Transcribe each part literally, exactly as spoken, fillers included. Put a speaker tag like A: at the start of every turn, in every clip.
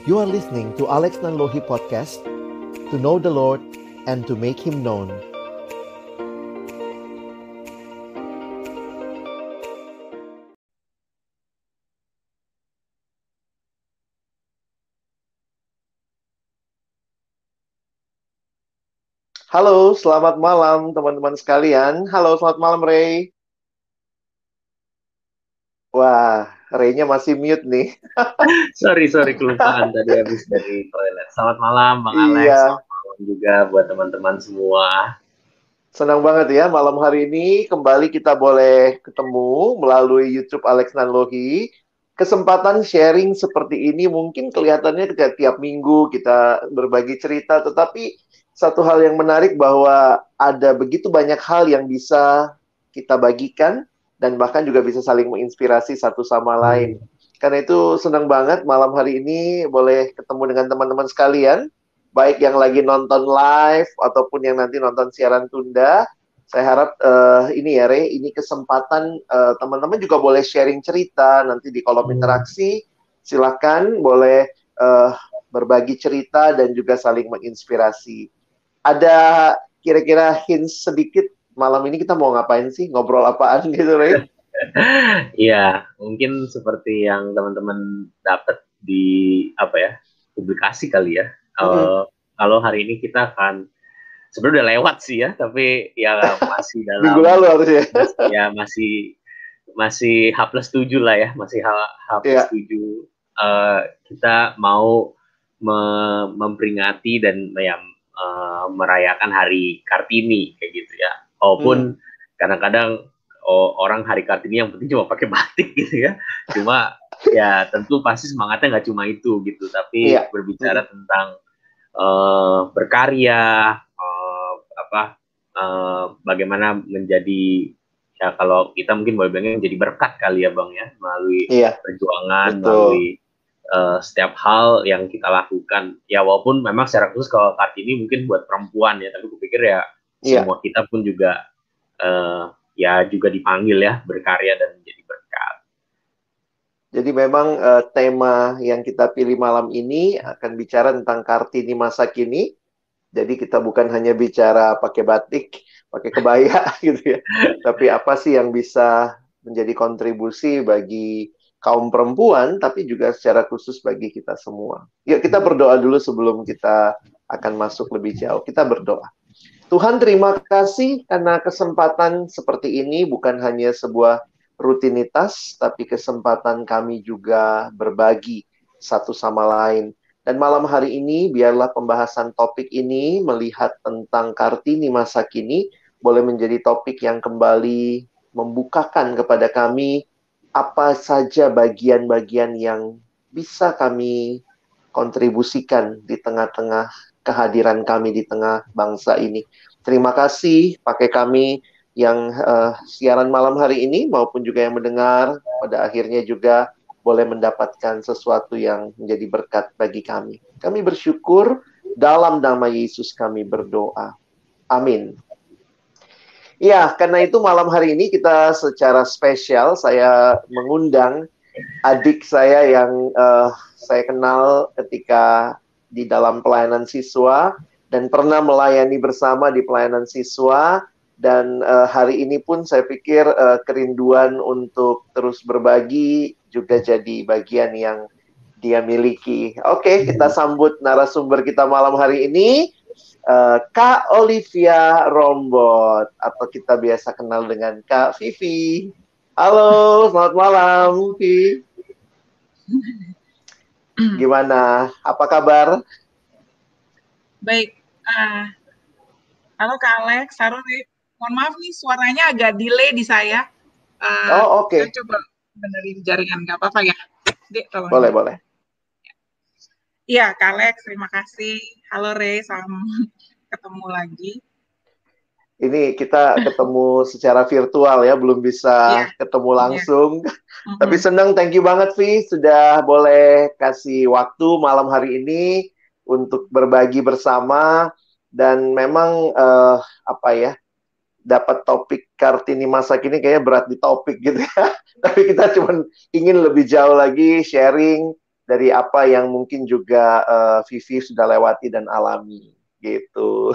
A: You are listening to Alex Nanlohi Podcast, to know the Lord and to make Him known. Halo, selamat malam teman-teman sekalian. Halo, selamat malam Ray. Wah, Ray-nya masih mute nih.
B: sorry, sorry, kelupaan tadi habis dari toilet. Selamat malam, Bang Alex.
A: Iya.
B: Selamat malam juga buat teman-teman semua.
A: Senang banget ya, malam hari ini kembali kita boleh ketemu melalui YouTube Alex Nanlohi. Kesempatan sharing seperti ini mungkin kelihatannya tiap, tiap minggu kita berbagi cerita, tetapi satu hal yang menarik bahwa ada begitu banyak hal yang bisa kita bagikan dan bahkan juga bisa saling menginspirasi satu sama lain. Karena itu senang banget malam hari ini boleh ketemu dengan teman-teman sekalian, baik yang lagi nonton live ataupun yang nanti nonton siaran tunda. Saya harap uh, ini ya Ray, ini kesempatan uh, teman-teman juga boleh sharing cerita nanti di kolom interaksi. Silakan boleh uh, berbagi cerita dan juga saling menginspirasi. Ada kira-kira hints sedikit malam ini kita mau ngapain sih? Ngobrol apaan gitu, Ray?
B: Iya, mungkin seperti yang teman-teman dapat di apa ya publikasi kali ya. Mm-hmm. Uh, kalau hari ini kita akan sebenarnya udah lewat sih ya, tapi ya masih dalam
A: minggu lalu harusnya.
B: Ya masih masih H plus tujuh lah ya, masih H, H plus tujuh. Uh, kita mau me- memperingati dan ya, uh, merayakan Hari Kartini kayak gitu ya. Walaupun hmm. kadang-kadang oh, orang Hari Kartini yang penting cuma pakai batik gitu ya. Cuma ya tentu pasti semangatnya nggak cuma itu gitu, tapi yeah. berbicara hmm. tentang uh, berkarya, uh, apa uh, bagaimana menjadi ya kalau kita mungkin boleh bilang menjadi berkat kali ya Bang ya, melalui yeah. perjuangan, Betul. melalui uh, setiap hal yang kita lakukan. Ya walaupun memang secara khusus kalau Kartini mungkin buat perempuan ya, tapi aku pikir ya yeah. semua kita pun juga uh, ya juga dipanggil ya berkarya dan menjadi berkat.
A: Jadi memang uh, tema yang kita pilih malam ini akan bicara tentang Kartini masa kini. Jadi kita bukan hanya bicara pakai batik, pakai kebaya gitu ya. Tapi apa sih yang bisa menjadi kontribusi bagi kaum perempuan, tapi juga secara khusus bagi kita semua. Yuk kita berdoa dulu sebelum kita akan masuk lebih jauh. Kita berdoa. Tuhan, terima kasih karena kesempatan seperti ini bukan hanya sebuah rutinitas, tapi kesempatan kami juga berbagi satu sama lain. Dan malam hari ini, biarlah pembahasan topik ini melihat tentang Kartini masa kini, boleh menjadi topik yang kembali membukakan kepada kami apa saja bagian-bagian yang bisa kami kontribusikan di tengah-tengah kehadiran kami di tengah bangsa ini. Terima kasih pakai kami yang uh, siaran malam hari ini maupun juga yang mendengar, pada akhirnya juga boleh mendapatkan sesuatu yang menjadi berkat bagi kami. Kami bersyukur, dalam nama Yesus kami berdoa. Amin. Ya, karena itu malam hari ini kita secara spesial, saya mengundang adik saya yang uh, saya kenal ketika di dalam pelayanan siswa, dan pernah melayani bersama di pelayanan siswa, dan uh, hari ini pun saya pikir uh, kerinduan untuk terus berbagi juga jadi bagian yang dia miliki. Oke, kita sambut narasumber kita malam hari ini, uh, Kak Olivia Rombot, atau kita biasa kenal dengan Kak Vivi. Halo, selamat malam, Vivi. Gimana? Apa kabar?
C: Baik. Uh, halo Kak Alex, Saruri. Mohon maaf nih, suaranya agak delay di saya. Uh,
A: oh, oke. Okay.
C: Saya coba benerin jaringan, nggak apa-apa ya? Dek, tolong.
A: Boleh, boleh.
C: Iya, Kak Alex, terima kasih. Halo Ray, salam ketemu lagi.
A: Ini kita ketemu secara virtual ya, belum bisa yeah. ketemu langsung. Yeah. Mm-hmm. Tapi senang, thank you banget Vi, sudah boleh kasih waktu malam hari ini untuk berbagi bersama. Dan memang uh, apa ya, dapat topik Kartini masa kini kayaknya berat di topik gitu ya. Tapi kita cuma ingin lebih jauh lagi sharing dari apa yang mungkin juga uh, Vivi sudah lewati dan alami gitu.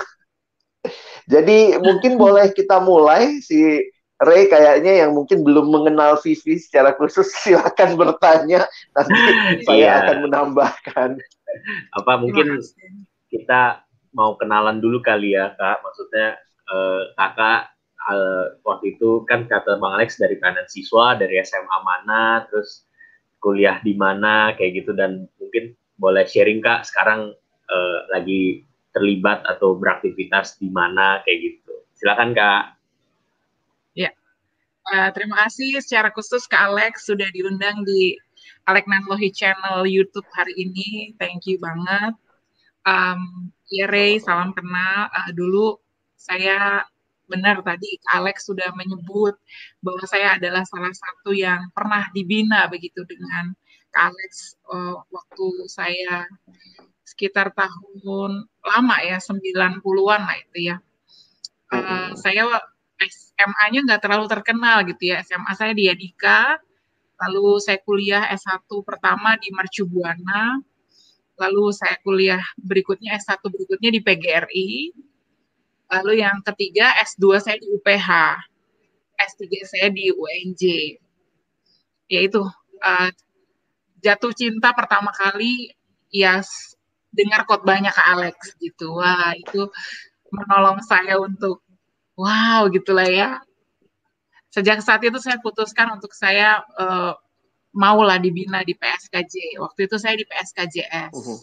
A: Jadi mungkin boleh kita mulai. Si Ray kayaknya yang mungkin belum mengenal Vivi secara khusus, silakan bertanya, nanti saya
B: Iya.
A: akan menambahkan.
B: Apa mungkin kita mau kenalan dulu kali ya, Kak? Maksudnya eh, kakak eh, waktu itu kan kata Bang Alex dari kanan siswa, dari S M A mana, terus kuliah di mana, kayak gitu. Dan mungkin boleh sharing, Kak, sekarang eh, lagi terlibat atau beraktivitas di mana, kayak gitu. Silakan, Kak.
C: Ya, uh, terima kasih secara khusus Kak Alex sudah diundang di Alek Nanlohi Channel YouTube hari ini. Thank you banget. Um, ya Ray, salam kenal. Uh, dulu saya benar tadi Kak Alex sudah menyebut bahwa saya adalah salah satu yang pernah dibina begitu dengan Kak Alex uh, waktu saya sekitar tahun lama ya, sembilan puluhan lah itu ya. Uh, saya S M A-nya nggak terlalu terkenal gitu ya. S M A saya di Yadika, lalu saya kuliah S satu pertama di Mercu Buana, lalu saya kuliah berikutnya S satu berikutnya di P G R I, lalu yang ketiga S dua saya di U P H, S tiga saya di U N J. Yaitu uh, jatuh cinta pertama kali ya dengar khotbahnya Kak Alex gitu. Wah, itu menolong saya untuk wow gitulah ya. Sejak saat itu saya putuskan untuk saya uh, maulah dibina di P S K J. Waktu itu saya di P S K J S. Uh-huh.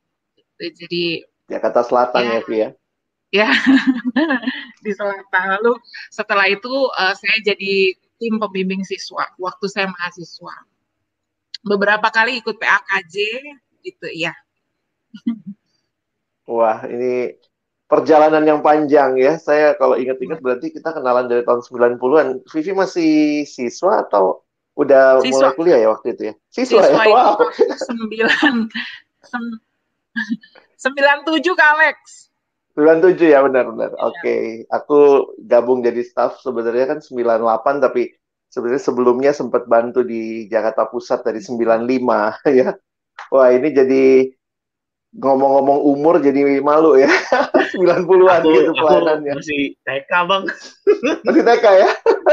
C: Jadi
A: Jakarta Selatan ya, ya Via.
C: Ya, di Selatan. Lalu setelah itu uh, saya jadi tim pembimbing siswa waktu saya mahasiswa. Beberapa kali ikut P A K J gitu ya.
A: Wah, ini perjalanan yang panjang ya. Saya kalau ingat-ingat berarti kita kenalan dari tahun sembilan puluhan. Vivi masih siswa atau udah siswa. Mulai kuliah ya waktu itu ya? Siswa, siswa ya? Wow.
C: sembilan sembilan tujuh Kak Alex.
A: sembilan tujuh ya, benar-benar. Ya. Oke, okay. Aku gabung jadi staff sebenarnya kan sembilan delapan, tapi sebenarnya sebelumnya sempat bantu di Jakarta Pusat dari sembilan lima ya. Wah, ini jadi ngomong-ngomong umur jadi malu ya. sembilan puluhan
B: aku,
A: gitu pelayanannya.
B: Masih T K, Bang.
A: Masih T K ya?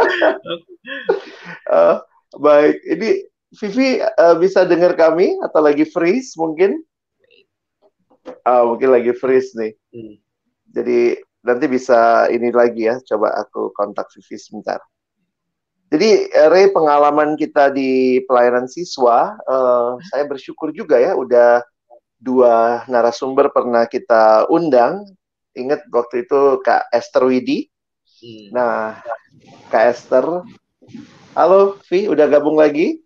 A: uh, baik, ini Vivi uh, bisa dengar kami atau lagi freeze mungkin? Uh, mungkin lagi freeze nih. Hmm. Jadi nanti bisa ini lagi ya, coba aku kontak Vivi sebentar. Jadi Ray, pengalaman kita di pelayanan siswa, uh, saya bersyukur juga ya, udah dua narasumber pernah kita undang. Ingat waktu itu Kak Esther Widi. Hmm. Nah, Kak Esther, halo Vi, udah gabung lagi?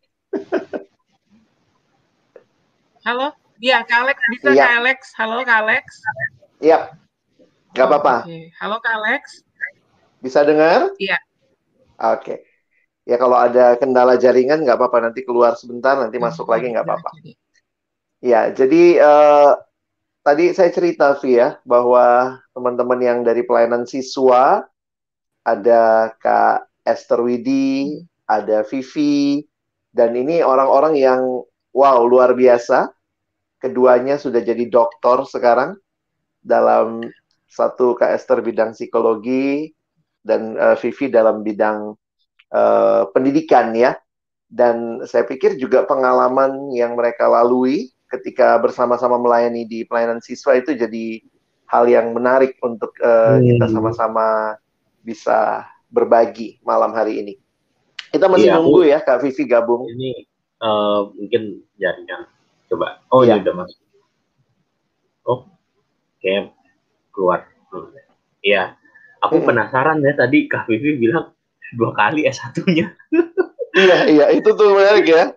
C: Halo, iya Kak Alex, bisa ya. Kak Alex, halo Kak Alex.
A: Iya, nggak oh, apa-apa.
C: Okay. Halo Kak Alex.
A: Bisa dengar?
C: Iya.
A: Oke. Okay. Ya kalau ada kendala jaringan nggak apa-apa, nanti keluar sebentar, nanti hmm, masuk lagi nggak apa-apa. Ya, jadi uh, tadi saya cerita, Vi, ya, bahwa teman-teman yang dari pelayanan siswa, ada Kak Esther Widi, hmm. ada Vivi, dan ini orang-orang yang, wow, luar biasa. Keduanya sudah jadi doktor sekarang, dalam satu Kak Esther bidang psikologi, dan uh, Vivi dalam bidang uh, pendidikan, ya. Dan saya pikir juga pengalaman yang mereka lalui ketika bersama-sama melayani di pelayanan siswa itu jadi hal yang menarik untuk uh, hmm. kita sama-sama bisa berbagi malam hari ini. Kita masih iya, nunggu aku, ya Kak Vivi gabung.
B: Ini uh, mungkin jaringan. Coba. Oh, iya. Ini udah masuk. Oh, kayak keluar. Iya. Aku hmm. penasaran ya, tadi Kak Vivi bilang dua kali S satu-nya.
A: Iya, iya, itu tuh menarik ya.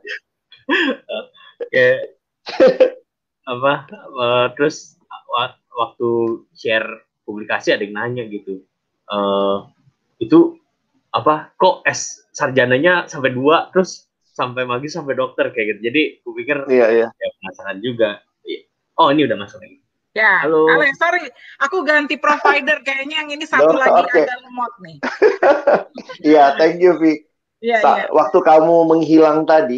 B: Kayak apa? Uh, terus waktu share publikasi ada yang nanya gitu. Uh, itu apa? Kok S sarjananya sampai dua, terus sampai magis sampai dokter kayak gitu. Jadi aku pikir
A: iya, iya.
B: Ya penasaran juga. Oh, ini udah masuk lagi.
C: Ya, halo. Alex, sorry, aku ganti provider kayaknya yang ini satu no, lagi okay. agak lemot nih.
A: Iya, thank you Vi.
C: Ya,
A: Sa-
C: ya.
A: Waktu kamu menghilang tadi,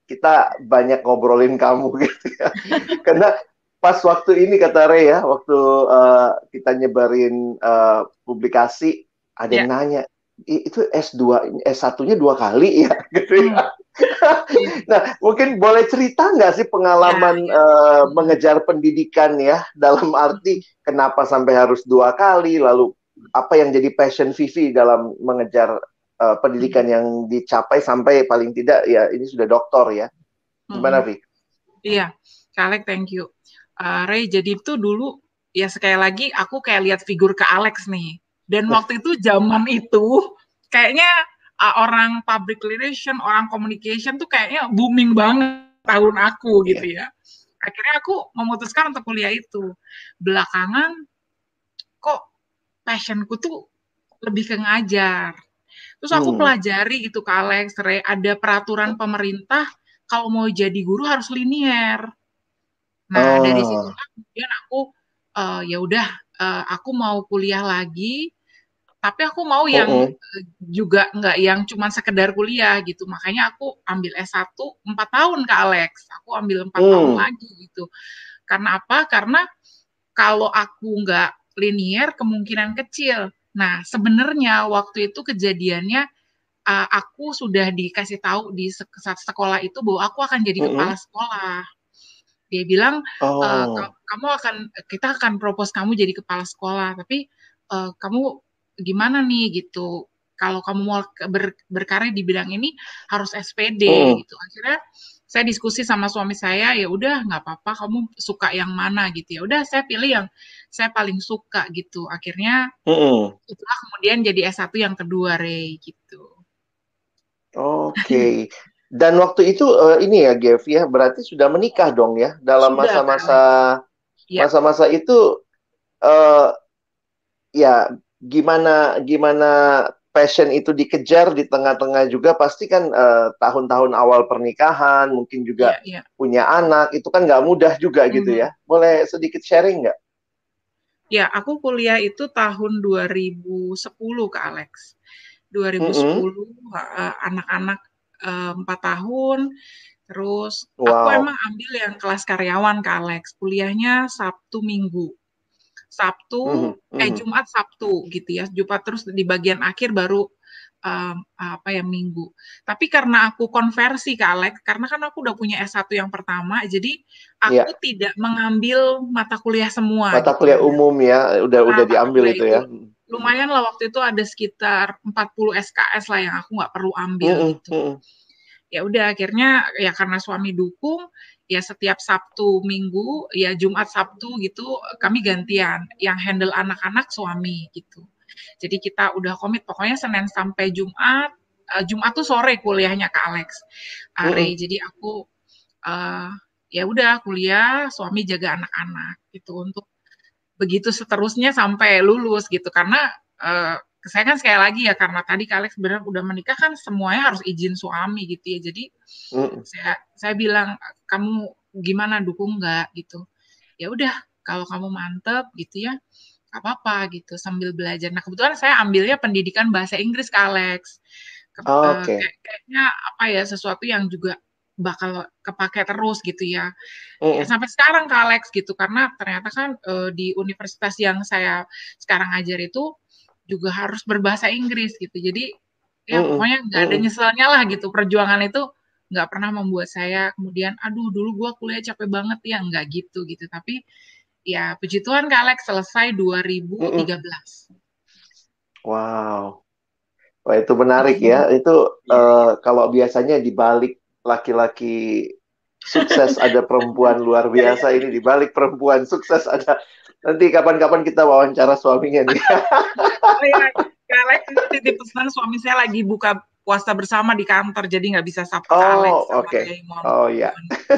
A: kita banyak ngobrolin kamu gitu ya. Karena pas waktu ini kata Ray ya, waktu uh, kita nyebarin uh, publikasi, ada yang yeah. nanya, itu S dua, S satu-nya dua kali ya, gitu ya. Hmm. Nah, mungkin boleh cerita nggak sih pengalaman ya, ya. Uh, mengejar pendidikan ya, dalam arti kenapa sampai harus dua kali, lalu apa yang jadi passion Vivi dalam mengejar uh, pendidikan hmm. yang dicapai sampai paling tidak ya ini sudah doktor ya. Gimana, Vi?
C: Iya, Kak Alex, thank you. Uh, Ray, jadi itu dulu, ya sekali lagi aku kayak lihat figur Kak Alex nih. Dan waktu itu, zaman itu, kayaknya uh, orang public relation, orang communication tuh kayaknya booming banget tahun aku gitu ya. Akhirnya aku memutuskan untuk kuliah itu. Belakangan, kok passionku tuh lebih ke ngajar. Terus aku hmm. pelajari gitu Kak Alex, Ray, ada peraturan pemerintah, kalau mau jadi guru harus linier. Nah, oh. dari situ kemudian aku uh, ya udah uh, aku mau kuliah lagi, tapi aku mau yang uh -uh. juga nggak yang cuma sekedar kuliah gitu. Makanya aku ambil S satu empat tahun Kak Alex. Aku ambil empat hmm. tahun lagi gitu. Karena apa? Karena kalau aku nggak linier kemungkinan kecil. Nah, sebenarnya waktu itu kejadiannya uh, aku sudah dikasih tahu di saat sekolah itu bahwa aku akan jadi uh -uh. kepala sekolah. Dia bilang, oh. e, kamu akan, kita akan propose kamu jadi kepala sekolah, tapi uh, kamu gimana nih gitu. Kalau kamu mau ber, berkarir di bidang ini harus S P D uh. gitu. Akhirnya saya diskusi sama suami saya, ya udah nggak apa-apa, kamu suka yang mana gitu ya. Udah saya pilih yang saya paling suka gitu. Akhirnya uh. itulah kemudian jadi S satu yang kedua, Ray gitu.
A: Oke. Okay. Dan waktu itu uh, ini ya, Gev ya, berarti sudah menikah dong ya dalam masa-masa ya. masa-masa itu uh, ya gimana gimana passion itu dikejar di tengah-tengah juga pasti kan uh, tahun-tahun awal pernikahan, mungkin juga ya, ya. punya anak, itu kan nggak mudah juga mm-hmm. gitu ya. Boleh sedikit sharing nggak?
C: Ya, aku kuliah itu tahun dua ribu sepuluh Kak Alex. dua ribu sepuluh mm-hmm. uh, anak-anak empat tahun, terus wow. aku emang ambil yang kelas karyawan Kak Alex, kuliahnya Sabtu Minggu, Sabtu mm-hmm. eh Jumat Sabtu gitu ya, Jumat terus di bagian akhir baru um, apa ya Minggu. Tapi karena aku konversi Kak Alex, karena kan aku udah punya S satu yang pertama, jadi aku yeah. tidak mengambil mata kuliah semua.
A: Mata
C: gitu
A: kuliah
C: ya.
A: umum ya, udah nah, udah diambil itu ya.
C: Lumayan lah waktu itu ada sekitar empat puluh S K S lah yang aku nggak perlu ambil mm-hmm. gitu. Mm-hmm. Ya udah akhirnya ya karena suami dukung, ya setiap Sabtu Minggu, ya Jumat Sabtu gitu kami gantian. Yang handle anak-anak suami gitu. Jadi kita udah komit pokoknya Senin sampai Jumat, uh, Jumat tuh sore kuliahnya Kak Alex. Uh, Ray, mm-hmm. jadi aku uh, ya udah kuliah, suami jaga anak-anak gitu untuk begitu seterusnya sampai lulus gitu. Karena uh, saya kan sekali lagi ya karena tadi Kak Alex benar udah menikah kan semuanya harus izin suami gitu ya. Jadi mm. saya saya bilang kamu gimana dukung nggak gitu. Ya udah kalau kamu mantep gitu ya nggak apa-apa gitu sambil belajar. Nah kebetulan saya ambilnya pendidikan bahasa Inggris Kak Alex. Ke, oh, okay. uh, kayak, kayaknya apa ya sesuatu yang juga bakal kepake terus gitu ya. Mm. ya sampai sekarang Kak Alex gitu karena ternyata kan uh, di universitas yang saya sekarang ajar itu juga harus berbahasa Inggris gitu. Jadi ya mm-mm. pokoknya nggak ada nyeselnya lah gitu. Perjuangan itu nggak pernah membuat saya kemudian aduh dulu gue kuliah capek banget ya, nggak gitu gitu. Tapi ya puji Tuhan Kak Alex selesai dua ribu tiga belas. Mm-mm.
A: Wow. Wah itu menarik ya. Itu yeah. uh, kalau biasanya di balik laki-laki sukses ada perempuan luar biasa, ini di balik perempuan sukses ada. Nanti kapan-kapan kita wawancara suaminya nih.
C: Oh iya, Kak Alex titip pesan suami saya lagi buka puasa bersama di kantor, jadi nggak bisa sapa
A: oh,
C: Kak Alex.
A: Oh oke. Okay. Oh iya.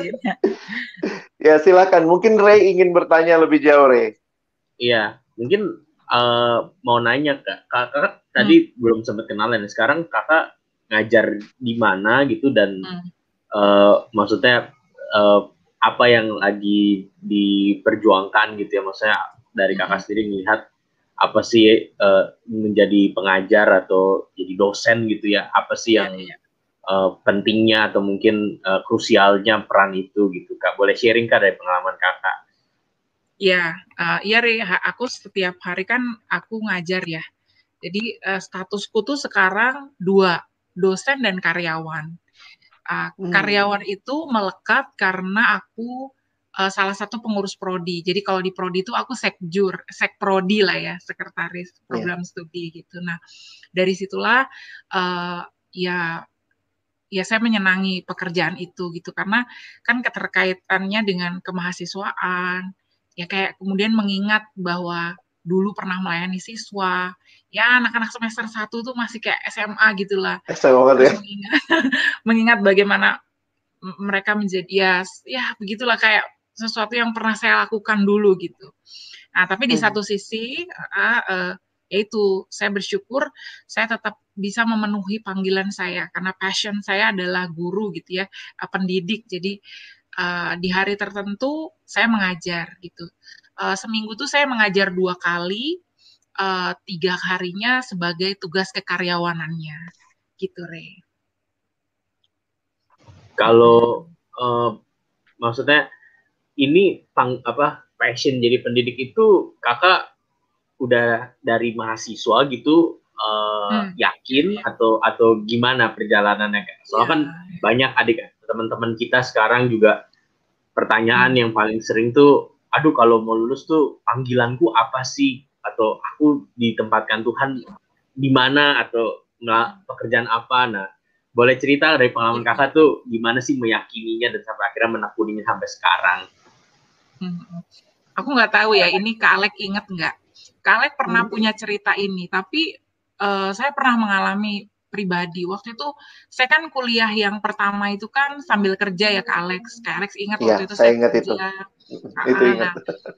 A: Ya silakan. Mungkin Ray ingin bertanya lebih jauh, Ray.
B: Iya, mungkin uh, mau nanya Kak. Kakak hmm. tadi belum sempat kenalan. Sekarang Kakak ngajar di mana gitu dan hmm. uh, maksudnya uh, apa yang lagi diperjuangkan gitu ya, maksudnya dari Kakak hmm. sendiri melihat apa sih uh, menjadi pengajar atau jadi dosen gitu ya, apa sih yang ya, ya. uh, pentingnya atau mungkin uh, krusialnya peran itu gitu Kak? Boleh sharing Kak dari pengalaman Kakak?
C: Ya, uh, iya Re, aku setiap hari kan aku ngajar ya. Jadi uh, statusku tuh sekarang dua, dosen dan karyawan. Uh,
A: Hmm.
C: karyawan itu melekat karena aku uh, salah satu pengurus prodi. Jadi kalau di prodi itu aku sekjur, sekprodi lah ya, sekretaris program yeah. studi gitu. Nah, dari situlah uh, ya ya saya menyenangi pekerjaan itu gitu karena kan keterkaitannya dengan kemahasiswaan. Ya kayak kemudian mengingat bahwa dulu pernah melayani siswa. Ya anak-anak semester satu tuh masih kayak S M A gitulah.
A: S M A
C: Terus
A: ya.
C: mengingat mengingat bagaimana mereka menjadi ya ya begitulah kayak sesuatu yang pernah saya lakukan dulu gitu. Nah, tapi di hmm. satu sisi uh, uh, yaitu saya bersyukur saya tetap bisa memenuhi panggilan saya karena passion saya adalah guru gitu ya, uh, pendidik. Jadi uh, di hari tertentu saya mengajar gitu. Uh, seminggu tuh saya mengajar dua kali, uh, tiga harinya sebagai tugas kekaryawanannya gitu, Re.
B: Kalau uh, maksudnya ini pang, apa passion jadi pendidik itu kakak udah dari mahasiswa gitu uh, hmm. yakin atau atau gimana perjalanannya? Soalnya ya. Kan banyak adik teman-teman kita sekarang juga pertanyaan hmm. yang paling sering tuh, aduh kalau mau lulus tuh panggilanku apa sih? Atau aku ditempatkan Tuhan di mana atau nggak pekerjaan apa? Nah, boleh cerita dari pengalaman kakak tuh gimana sih meyakininya dan sampai akhirnya menekuninya sampai sekarang?
C: Hmm. Aku nggak tahu ya, ini Kak Alek inget nggak? Kak Alek pernah hmm. punya cerita ini, tapi uh, saya pernah mengalami pribadi. Waktu itu saya kan kuliah yang pertama itu kan sambil kerja ya Kak Alex. Kak Alex ingat ya, waktu itu saya, saya ingat kerja. Itu. Nah, itu ingat.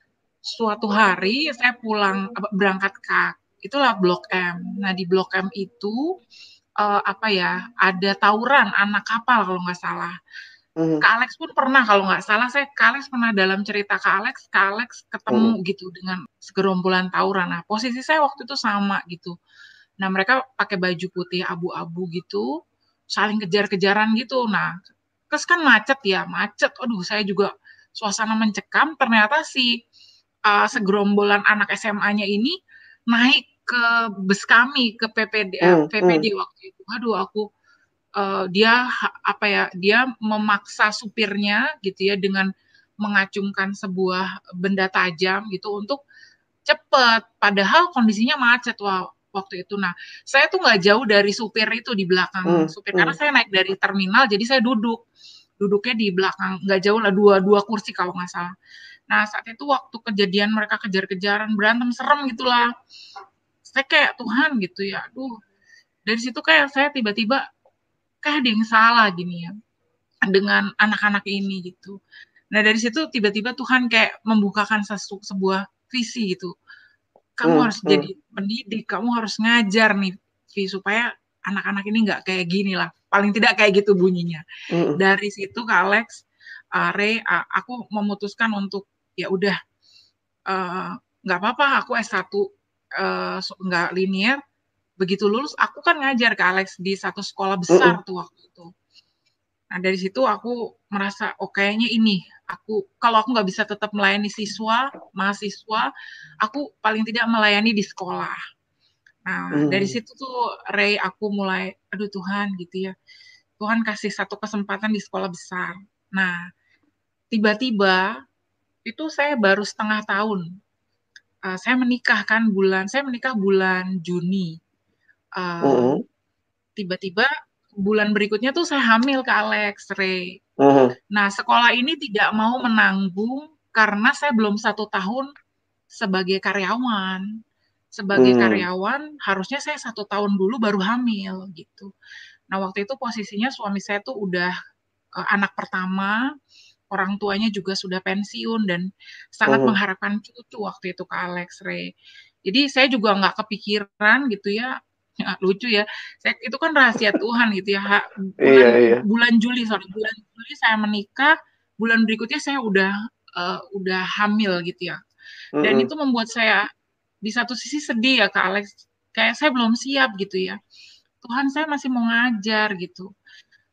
C: Suatu hari saya pulang berangkat ke itulah Blok M. Nah di Blok M itu uh, apa ya? Ada tawuran anak kapal kalau nggak salah. Mm-hmm. Kak Alex pun pernah kalau nggak salah saya Kak Alex pernah dalam cerita Kak Alex Kak Alex ketemu mm-hmm. gitu dengan segerombolan tawuran. Nah posisi saya waktu itu sama gitu. Nah mereka pakai baju putih abu-abu gitu, saling kejar-kejaran gitu. Nah terus kan macet ya macet. Aduh saya juga suasana mencekam. Ternyata si uh, segerombolan anak S M A-nya ini naik ke bus kami ke P P D mm-hmm. P P D waktu itu. Aduh aku Uh, dia apa ya dia memaksa supirnya gitu ya dengan mengacungkan sebuah benda tajam gitu untuk cepet padahal kondisinya macet wah, waktu itu. Nah saya tuh nggak jauh dari supir itu di belakang hmm, supir hmm. karena saya naik dari terminal jadi saya duduk duduknya di belakang nggak jauh lah dua dua kursi kalau nggak salah. Nah saat itu waktu kejadian mereka kejar-kejaran berantem serem gitulah saya kayak Tuhan gitu ya aduh dari situ kayak saya tiba-tiba kayak ada yang salah gini ya dengan anak-anak ini gitu. Nah dari situ tiba-tiba Tuhan kayak membukakan sesu, sebuah visi gitu. Kamu hmm, harus hmm. jadi pendidik, kamu harus ngajar nih, Vi, supaya anak-anak ini nggak kayak gini lah. Paling tidak kayak gitu bunyinya. Hmm. Dari situ Kak Alex, uh, Re, uh, aku memutuskan untuk ya udah nggak uh, apa-apa, aku S satu uh, nggak linear. Begitu lulus, aku kan ngajar ke Alex di satu sekolah besar uh-uh. tuh waktu itu. Nah dari situ aku merasa, oh kayaknya ini, aku kalau aku nggak bisa tetap melayani siswa, mahasiswa, aku paling tidak melayani di sekolah. Nah uh. dari situ tuh Ray, aku mulai, aduh Tuhan gitu ya, Tuhan kasih satu kesempatan di sekolah besar. Nah tiba-tiba itu saya baru setengah tahun, uh, saya menikah kan bulan, saya menikah bulan Juni. Uh, uh-huh. Tiba-tiba bulan berikutnya tuh saya hamil ke Alex, Ray. Uh-huh. Nah, sekolah ini tidak mau menanggung karena saya belum satu tahun sebagai karyawan. Sebagai uh-huh. karyawan, harusnya saya satu tahun dulu baru hamil, gitu. Nah, waktu itu posisinya suami saya tuh udah uh, anak pertama, orang tuanya juga sudah pensiun, dan sangat uh-huh. mengharapkan cucu waktu itu ke Alex, Ray. Jadi, saya juga nggak kepikiran, gitu ya, ya, lucu ya. Saya, itu kan rahasia Tuhan gitu ya. Ha, bulan iya, iya. bulan Juli, sorry, bulan Juli saya menikah, bulan berikutnya saya udah uh, udah hamil gitu ya. Dan mm-hmm. itu membuat saya di satu sisi sedih ya Kak Alex. Kayak saya belum siap gitu ya. Tuhan saya masih mau ngajar gitu.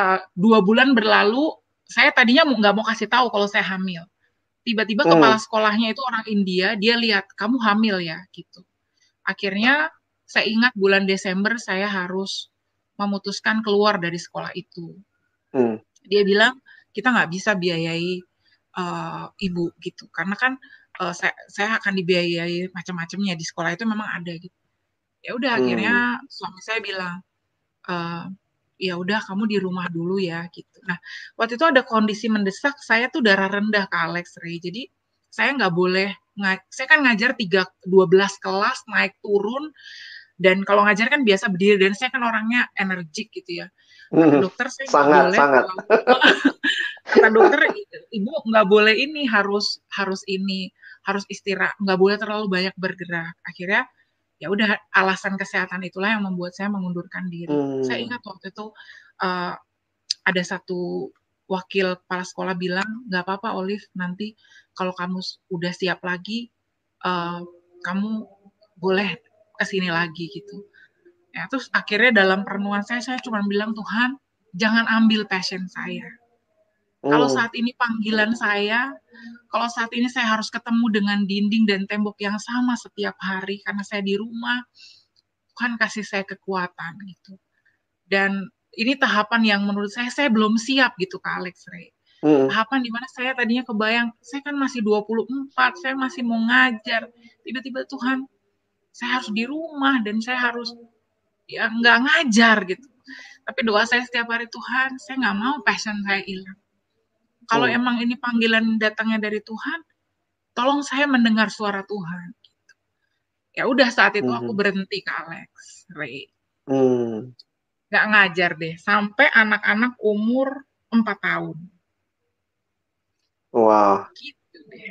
C: uh, dua bulan berlalu, saya tadinya nggak mau kasih tahu kalau saya hamil. Tiba-tiba hmm. kepala sekolahnya itu orang India, dia lihat, kamu hamil ya, gitu. Akhirnya saya ingat bulan Desember saya harus memutuskan keluar dari sekolah itu. Hmm. Dia bilang, kita nggak bisa biayai uh, ibu, gitu. Karena kan uh, saya, saya akan dibiayai macam-macamnya di sekolah itu memang ada, gitu. Ya udah, hmm. akhirnya suami saya bilang, uh, ya udah kamu di rumah dulu ya gitu. Nah waktu itu ada kondisi mendesak, saya tuh darah rendah Kak Alex Ray, jadi saya nggak boleh, saya kan ngajar tiga, dua belas kelas naik turun, dan kalau ngajar kan biasa berdiri, dan saya kan orangnya energik gitu ya. Kata dokter saya nggak boleh,
A: sangat.
C: Kata dokter ibu nggak boleh ini, harus harus ini harus istirahat, nggak boleh terlalu banyak bergerak. Akhirnya ya udah, alasan kesehatan itulah yang membuat saya mengundurkan diri. Hmm. Saya ingat waktu itu uh, ada satu wakil kepala sekolah bilang, nggak apa-apa Olive, nanti kalau kamu udah siap lagi, uh, kamu boleh kesini lagi gitu. Ya, terus akhirnya dalam perenungan saya, saya cuma bilang, Tuhan, jangan ambil passion saya. Hmm. Kalau saat ini panggilan saya, kalau saat ini saya harus ketemu dengan dinding dan tembok yang sama setiap hari karena saya di rumah, Tuhan kasih saya kekuatan gitu. Dan ini tahapan yang menurut saya, saya belum siap gitu Kak Alex Ray. Hmm. Tahapan dimana saya tadinya kebayang, saya kan masih dua puluh empat, saya masih mau ngajar. Tiba-tiba Tuhan, saya harus di rumah dan saya harus ya nggak ngajar gitu. Tapi doa saya setiap hari, Tuhan, saya nggak mau passion saya hilang. Kalau hmm. emang ini panggilan datangnya dari Tuhan, tolong saya mendengar suara Tuhan. Gitu. Ya udah saat itu hmm. aku berhenti Kak Alex Ray. Hmm. Gak ngajar deh sampai anak-anak umur empat tahun.
A: Wah.
C: Gitu deh.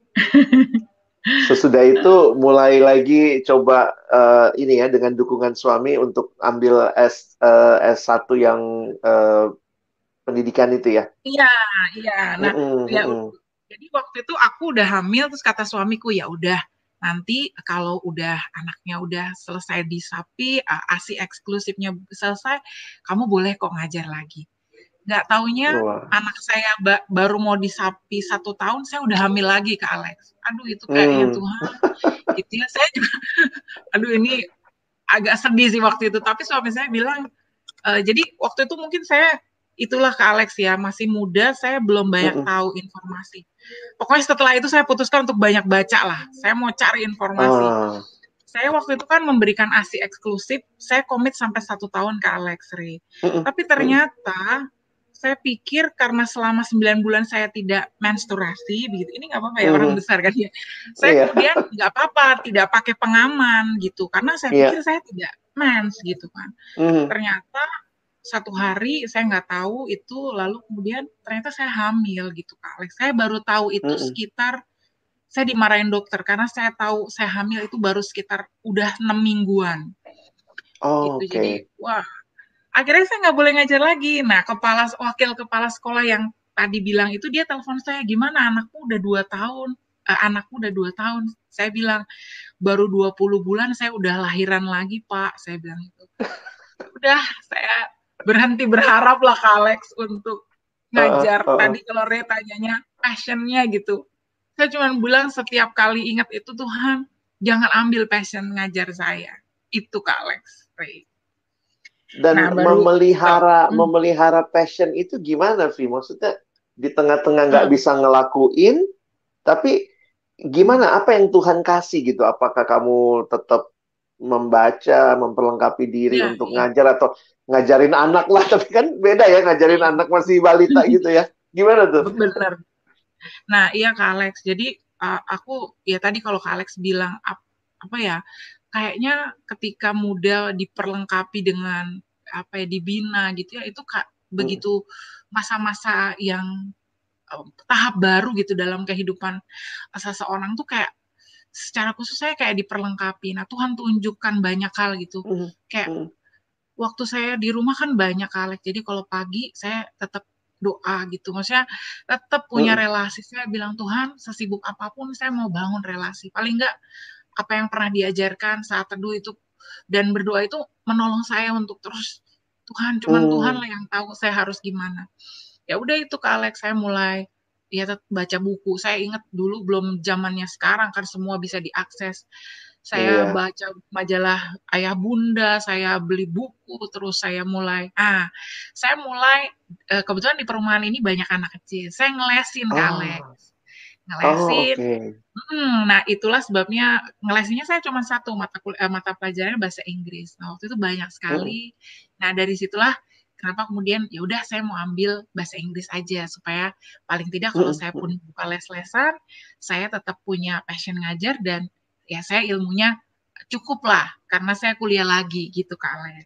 A: Sesudah itu mulai lagi coba uh, ini ya, dengan dukungan suami untuk ambil S uh, S satu yang uh, pendidikan itu ya.
C: Iya, iya. Nah, mm-mm, ya mm-mm. Jadi waktu itu aku udah hamil, terus kata suamiku, ya udah nanti kalau udah anaknya udah selesai di sapi, A S I eksklusifnya selesai, kamu boleh kok ngajar lagi. Nggak taunya Wah. anak saya ba- baru mau di sapi satu tahun, saya udah hamil lagi Kak Alex. Aduh itu kayaknya hmm. Tuhan, gitu ya. Saya juga, aduh ini agak sedih sih waktu itu. Tapi suami saya bilang, e, jadi waktu itu mungkin saya, itulah Kak Alex ya, masih muda, saya belum banyak mm-mm. tahu informasi. Pokoknya setelah itu saya putuskan untuk banyak baca lah. Saya mau cari informasi. Uh. Saya waktu itu kan memberikan A S I eksklusif, saya komit sampai satu tahun Kak Alex Ray. Mm-mm. Tapi ternyata saya pikir karena selama sembilan bulan saya tidak menstruasi, begitu. Ini nggak apa-apa ya, mm-hmm. orang besar kan ya. Saya yeah. kemudian nggak apa-apa, tidak pakai pengaman gitu, karena saya yeah. pikir saya tidak mens gitu kan. Mm-hmm. Ternyata satu hari saya nggak tahu itu, lalu kemudian ternyata saya hamil gitu Kak Alex. Saya baru tahu itu mm-hmm. sekitar, saya dimarahin dokter karena saya tahu saya hamil itu baru sekitar udah enam mingguan.
A: Oh,
C: gitu.
A: Okay.
C: Jadi wah. Akhirnya saya nggak boleh ngajar lagi. Nah, kepala wakil kepala sekolah yang tadi bilang itu, dia telepon saya, gimana anakku udah dua tahun, eh, anakku udah dua tahun. Saya bilang, baru dua puluh bulan saya udah lahiran lagi, Pak. Saya bilang itu. Udah, saya berhenti berharap lah Kak Alex untuk ngajar. Uh, uh, uh. Tadi kalau Ray tanyanya passion-nya gitu. Saya cuma bilang setiap kali ingat itu, Tuhan, jangan ambil passion ngajar saya. Itu Kak Alex, Ray.
A: Dan nah, baru, memelihara hmm. memelihara passion itu gimana, Vi? Maksudnya di tengah-tengah nggak hmm. bisa ngelakuin, tapi gimana? Apa yang Tuhan kasih gitu? Apakah kamu tetap membaca, memperlengkapi diri ya, untuk ya. ngajar, atau ngajarin anak lah? Tapi kan beda ya, ngajarin ya. anak masih balita gitu ya. Gimana tuh?
C: Benar. Nah, iya Kak Alex. Jadi uh, aku ya tadi kalau Kak Alex bilang ap, apa ya? Kayaknya ketika muda diperlengkapi dengan apa ya, dibina gitu ya, itu Kak, hmm. begitu masa-masa yang uh, tahap baru gitu dalam kehidupan seseorang tuh kayak secara khusus saya kayak diperlengkapi. Nah, Tuhan tunjukkan banyak hal gitu. Hmm. Kayak hmm. waktu saya di rumah kan banyak Kak Alex. Jadi kalau pagi saya tetap doa gitu. Maksudnya tetap punya hmm. relasi. Saya bilang, Tuhan, sesibuk apapun saya mau bangun relasi. Paling enggak apa yang pernah diajarkan saat teduh itu dan berdoa itu menolong saya untuk terus, Tuhan, cuman
A: Hmm.
C: Tuhan lah yang tahu saya harus gimana. Ya udah itu Kak Alex, saya mulai ya baca buku. Saya ingat dulu belum zamannya sekarang kan semua bisa diakses. Saya
A: Iya.
C: baca majalah Ayah Bunda, saya beli buku, terus saya mulai, ah, saya mulai eh, kebetulan di perumahan ini banyak anak kecil. Saya ngelesin Kak Alex,
A: Oh, oh
C: ngelesin.
A: oke.
C: Hmm, nah itulah sebabnya ngelesinnya saya cuma satu mata kul- eh, mata pelajarannya bahasa Inggris. Nah, waktu itu banyak
A: Hmm.
C: sekali. Nah dari situlah kenapa kemudian ya udah saya mau ambil bahasa Inggris aja supaya paling tidak kalau
A: Hmm.
C: saya pun
A: Hmm.
C: buka les-lesan, saya tetap punya passion ngajar dan ya saya ilmunya cukup lah karena saya kuliah lagi gitu Kak Alex.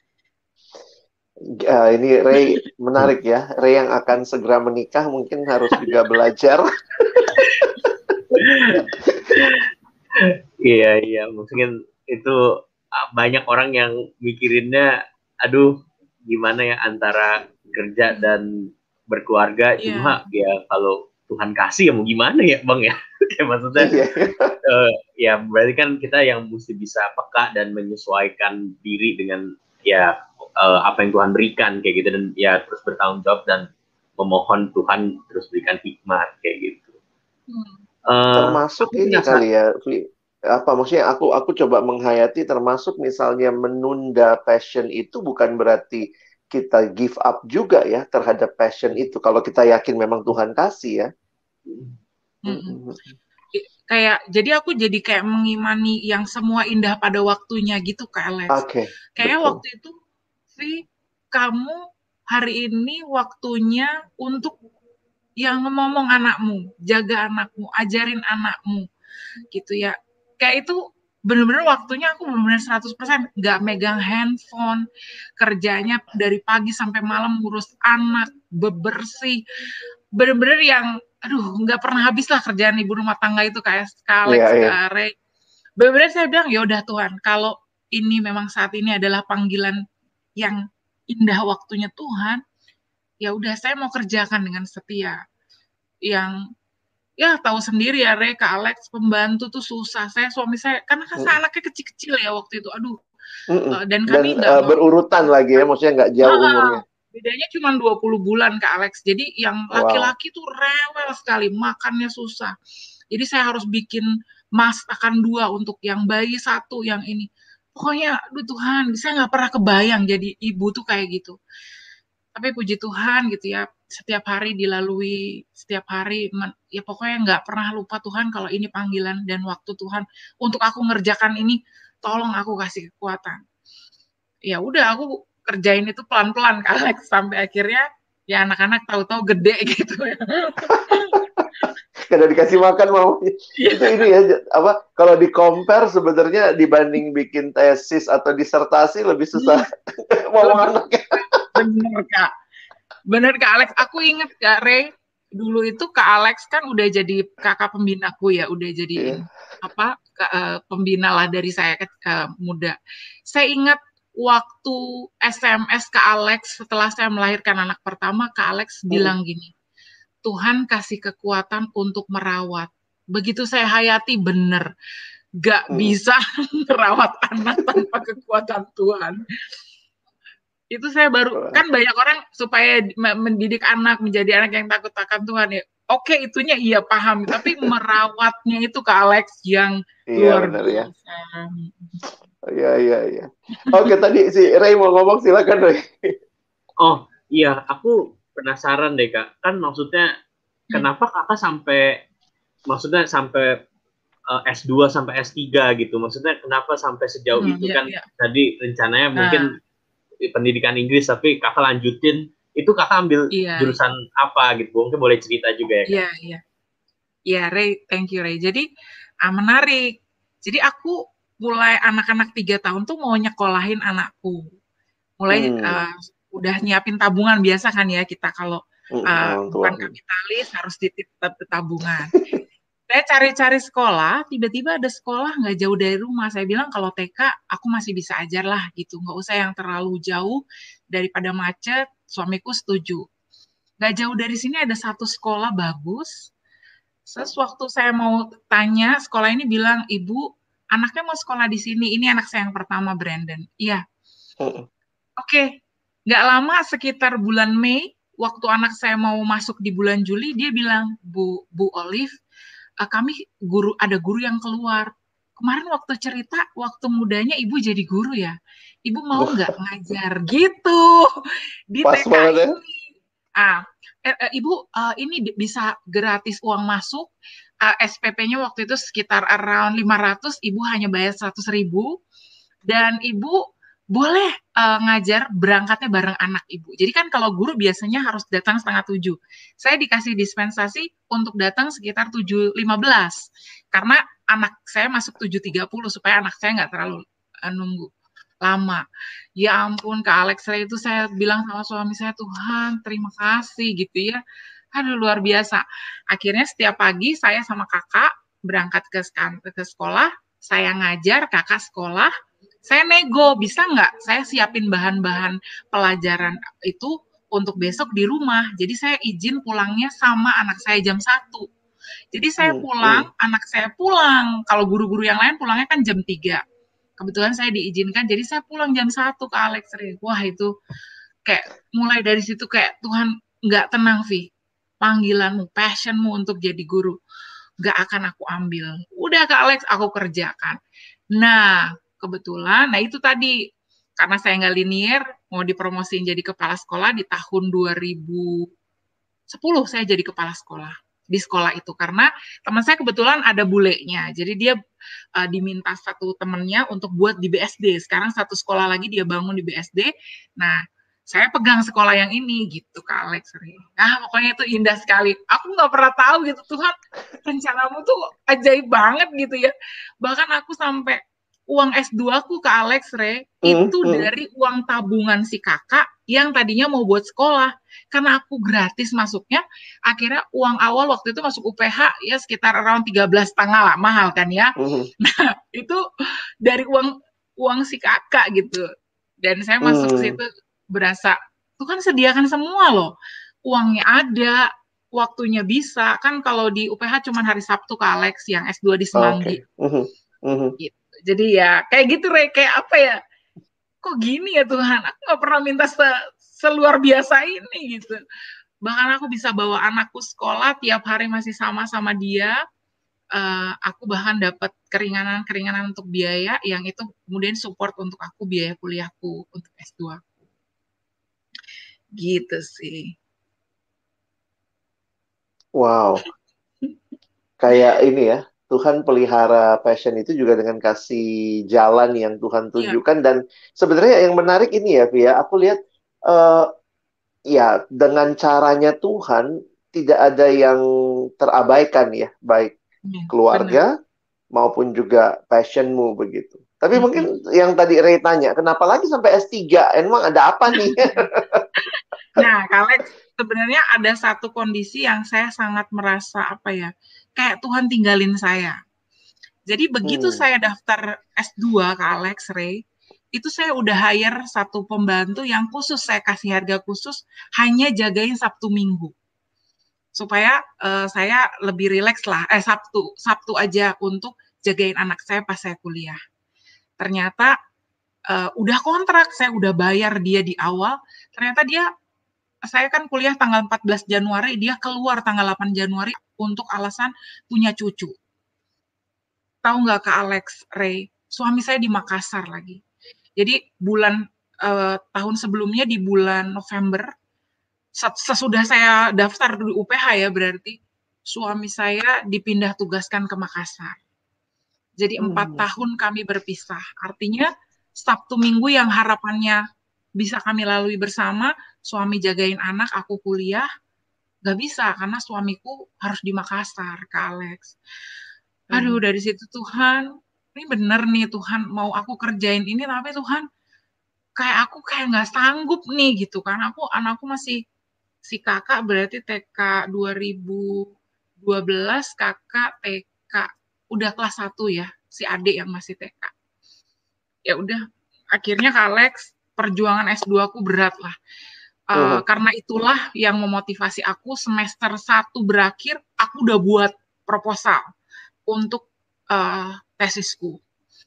A: Ya, ini Ray menarik ya. Ray yang akan segera menikah mungkin harus juga belajar.
B: Iya, iya, mungkin itu uh, banyak orang yang mikirinnya, aduh, gimana ya antara kerja dan berkeluarga.
C: Iya.
B: Cuma ya kalau Tuhan kasih ya mau gimana ya, Bang ya. Kayak maksudnya,
A: Iya.
B: uh, ya berarti kan kita yang mesti bisa peka dan menyesuaikan diri dengan ya uh, apa yang Tuhan berikan kayak gitu, dan ya terus bertanggung jawab dan memohon Tuhan terus berikan hikmat kayak gitu.
C: Hmm.
B: Uh,
A: Termasuk
B: aku
A: ini
B: penasaran.
A: kali ya, Fli. Apa maksudnya aku aku coba menghayati termasuk misalnya menunda passion itu bukan berarti kita give up juga ya terhadap passion itu kalau kita yakin memang Tuhan kasih ya.
C: Mm-mm.
A: Mm-mm.
C: I- Kayak jadi aku jadi kayak mengimani yang semua indah pada waktunya gitu Kak Alex.
A: Oke,
C: Kayak
A: betul.
C: waktu itu, Vi, kamu hari ini waktunya untuk yang ngomong anakmu, jaga anakmu, ajarin anakmu, gitu ya. Kayak itu bener-bener waktunya aku bener-bener seratus persen nggak megang handphone, kerjanya dari pagi sampai malam ngurus anak, bebersih, bener-bener yang, aduh, nggak pernah habis lah kerjaan ibu rumah tangga itu kayak Kak Alex,
A: Iya, iya.
C: Kak Ray. Bener-bener saya bilang, ya udah Tuhan, kalau ini memang saat ini adalah panggilan yang indah waktunya Tuhan, ya udah saya mau kerjakan dengan setia. Yang ya tahu sendiri ya Re, Kak Alex, pembantu tuh susah. Saya suami saya karena kan saya
A: Mm-mm.
C: anaknya kecil-kecil ya waktu itu. Aduh,
A: Mm-mm.
C: eh, dan
A: Dan
C: kami nggak
A: uh,
C: mau
A: berurutan lagi ya, maksudnya nggak jauh umurnya.
C: bedanya cuma dua puluh bulan Kak Alex. Jadi yang
A: Wow.
C: laki-laki tuh rewel sekali, makannya susah. Jadi saya harus bikin masakan dua untuk yang bayi satu, yang ini. Pokoknya, aduh Tuhan, saya nggak pernah kebayang jadi ibu tuh kayak gitu. Tapi puji Tuhan gitu ya, setiap hari dilalui, setiap hari, men- ya pokoknya nggak pernah lupa Tuhan kalau ini panggilan dan waktu Tuhan untuk aku ngerjakan ini, tolong aku kasih kekuatan. Ya udah aku kerjain itu pelan-pelan Kak Alex sampai akhirnya ya anak-anak tahu-tahu gede gitu ya.
A: Kada dikasih makan mau. Itu ini ya apa kalau di compare sebenarnya dibanding bikin tesis atau disertasi lebih susah ngomong anaknya.
C: Bener Kak. Bener Kak Alex. Aku inget Kak Ray, dulu itu Kak Alex kan udah jadi kakak pembinaku ya, udah jadiin
A: Iya.
C: apa ke- eh, pembina lah dari saya ke ke muda. Saya ingat waktu S M S Kak Alex setelah saya melahirkan anak pertama, Kak Alex
A: Mm-mm.
C: bilang gini, Tuhan kasih kekuatan untuk merawat. Begitu saya hayati bener, gak
A: Mm-mm.
C: bisa merawat anak tanpa kekuatan Tuhan. Itu saya baru,
A: Wah.
C: kan banyak orang supaya me- mendidik anak menjadi anak yang takut akan Tuhan ya. Oke, itunya iya paham, tapi merawatnya itu Kak Alex yang
A: Iya
C: luar
A: benar ya.
C: biasa.
A: Iya iya iya. Oke tadi si Ray mau ngomong silakan Ray.
B: Oh iya, aku penasaran deh Kak. Kan maksudnya
C: Hmm.
B: kenapa Kakak sampai maksudnya sampai uh, S dua sampai S tiga gitu. Maksudnya kenapa sampai sejauh
C: Hmm,
B: itu
C: iya,
B: kan
C: iya.
B: tadi rencananya
C: Nah,
B: mungkin pendidikan Inggris tapi Kakak lanjutin itu Kakak ambil
C: iya,
B: jurusan apa gitu. Mungkin boleh cerita juga ya Kak.
C: iya, iya. Iya, Ray, thank you Ray. Jadi ah, menarik. Jadi aku mulai anak-anak tiga tahun tuh mau nyekolahin anakku. Mulai
A: Hmm.
C: uh, udah nyiapin tabungan biasa kan ya kita kalau
A: Mm,
C: uh,
A: orang tua.
C: bukan kapitalis harus titip tabungan. Saya cari-cari sekolah, tiba-tiba ada sekolah nggak jauh dari rumah. Saya bilang kalau T K aku masih bisa ajar lah gitu, nggak usah yang terlalu jauh daripada macet. Suamiku setuju. Nggak jauh dari sini ada satu sekolah bagus. Terus waktu saya mau tanya, sekolah ini bilang, Ibu, anaknya mau sekolah di sini. Ini anak saya yang pertama, Brandon. Iya.
A: Mm.
C: Oke, Nggak lama, sekitar bulan Mei, waktu anak saya mau masuk di bulan Juli, dia bilang, Bu Bu Olive, uh, kami guru ada guru yang keluar. Kemarin waktu cerita, waktu mudanya ibu jadi guru ya, ibu mau nggak ngajar gitu di
A: Pas
C: T K
A: banget ya.
C: ini. Ah, eh, eh, ibu uh, ini bisa gratis uang masuk, uh, S P P-nya waktu itu sekitar around lima ratus, ibu hanya bayar seratus ribu, dan ibu boleh uh, ngajar berangkatnya bareng anak ibu. Jadi kan kalau guru biasanya harus datang setengah tujuh. Saya dikasih dispensasi untuk datang sekitar tujuh lima belas. Karena anak saya masuk tujuh tiga puluh supaya anak saya nggak terlalu uh, nunggu lama. Ya ampun, Kak Alex, itu saya bilang sama suami saya, Tuhan, terima kasih gitu ya. Aduh, luar biasa. Akhirnya setiap pagi saya sama kakak berangkat ke, ke sekolah, saya ngajar, kakak sekolah, saya nego, bisa nggak saya siapin bahan-bahan pelajaran itu untuk besok di rumah. Jadi saya izin pulangnya sama anak saya jam satu. Jadi saya pulang, hmm, hmm. anak saya pulang. Kalau guru-guru yang lain pulangnya kan jam tiga. Kebetulan saya diizinkan, jadi saya pulang jam satu ke Alex. Wah, itu kayak mulai dari situ kayak Tuhan nggak tenang, Vi. Panggilanmu, passionmu untuk jadi guru nggak akan aku ambil. Udah Kak Alex, aku kerjakan. Nah, kebetulan, nah itu tadi, karena saya nggak linear, mau dipromosiin jadi kepala sekolah di tahun dua ribu sepuluh, saya jadi kepala sekolah di sekolah itu, karena teman saya kebetulan ada bulenya, jadi dia uh, diminta satu temennya untuk buat di B S D, sekarang satu sekolah lagi dia bangun di B S D, nah saya pegang sekolah yang ini gitu Kak Alex. Nah pokoknya itu indah sekali, aku nggak pernah tahu gitu, Tuhan rencanamu tuh ajaib banget gitu ya, bahkan aku sampai uang S dua aku ke Alex Re, itu hmm, dari uang tabungan si kakak yang tadinya mau buat sekolah, karena aku gratis masuknya, akhirnya uang awal waktu itu masuk U P H ya sekitar around tiga belas setengah lah, mahal kan ya, hmm. Nah itu dari uang uang si kakak gitu, dan saya masuk hmm. ke situ berasa tuh kan sediakan semua loh, uangnya ada, waktunya bisa, kan kalau di U P H cuma hari Sabtu ke Alex yang S dua di Semanggi. Okay. Uh-huh. Uh-huh. Gitu. Jadi ya kayak gitu Re, kayak apa ya, kok gini ya Tuhan, aku gak pernah minta se seluar biasa ini gitu. Bahkan aku bisa bawa anakku sekolah tiap hari masih sama-sama dia, uh, aku bahkan dapat keringanan-keringanan untuk biaya yang itu kemudian support untuk aku biaya kuliahku untuk S dua. Gitu sih.
A: Wow. Kayak ini ya, Tuhan pelihara passion itu juga dengan kasih jalan yang Tuhan tunjukkan. Yeah. Dan sebenarnya yang menarik ini ya, Via, aku lihat uh, ya dengan caranya Tuhan tidak ada yang terabaikan ya, baik yeah, keluarga benar. Maupun juga passionmu begitu. Tapi mm-hmm. mungkin yang tadi Ray tanya, kenapa lagi sampai S tiga? Emang ada apa nih?
C: Nah, Alex, sebenarnya ada satu kondisi yang saya sangat merasa apa ya, kayak Tuhan tinggalin saya. Jadi begitu hmm. saya daftar S dua ke Alex Ray, itu saya udah hire satu pembantu yang khusus, saya kasih harga khusus, hanya jagain Sabtu Minggu. Supaya uh, saya lebih rileks lah, eh Sabtu, Sabtu aja untuk jagain anak saya pas saya kuliah. Ternyata uh, udah kontrak, saya udah bayar dia di awal, ternyata dia, saya kan kuliah tanggal empat belas Januari, dia keluar tanggal delapan Januari untuk alasan punya cucu. Tahu nggak Kak Alex, Ray, suami saya di Makassar lagi. Jadi bulan uh, tahun sebelumnya di bulan November, sesudah saya daftar di U P H ya berarti, suami saya dipindah tugaskan ke Makassar. Jadi empat hmm. tahun kami berpisah. Artinya Sabtu Minggu yang harapannya bisa kami lalui bersama, suami jagain anak, aku kuliah, gak bisa karena suamiku harus di Makassar, Kak Alex. Aduh, dari situ Tuhan, ini bener nih Tuhan, mau aku kerjain ini, tapi Tuhan, kayak aku kayak gak sanggup nih gitu kan. Aku, anakku masih, si kakak berarti T K dua ribu dua belas, kakak T K, udah kelas satu ya, si adik yang masih T K. Ya udah, akhirnya Kak Alex, perjuangan S dua aku berat lah. Uh, uh-huh. Karena itulah yang memotivasi aku semester satu berakhir, aku udah buat proposal untuk uh, tesisku.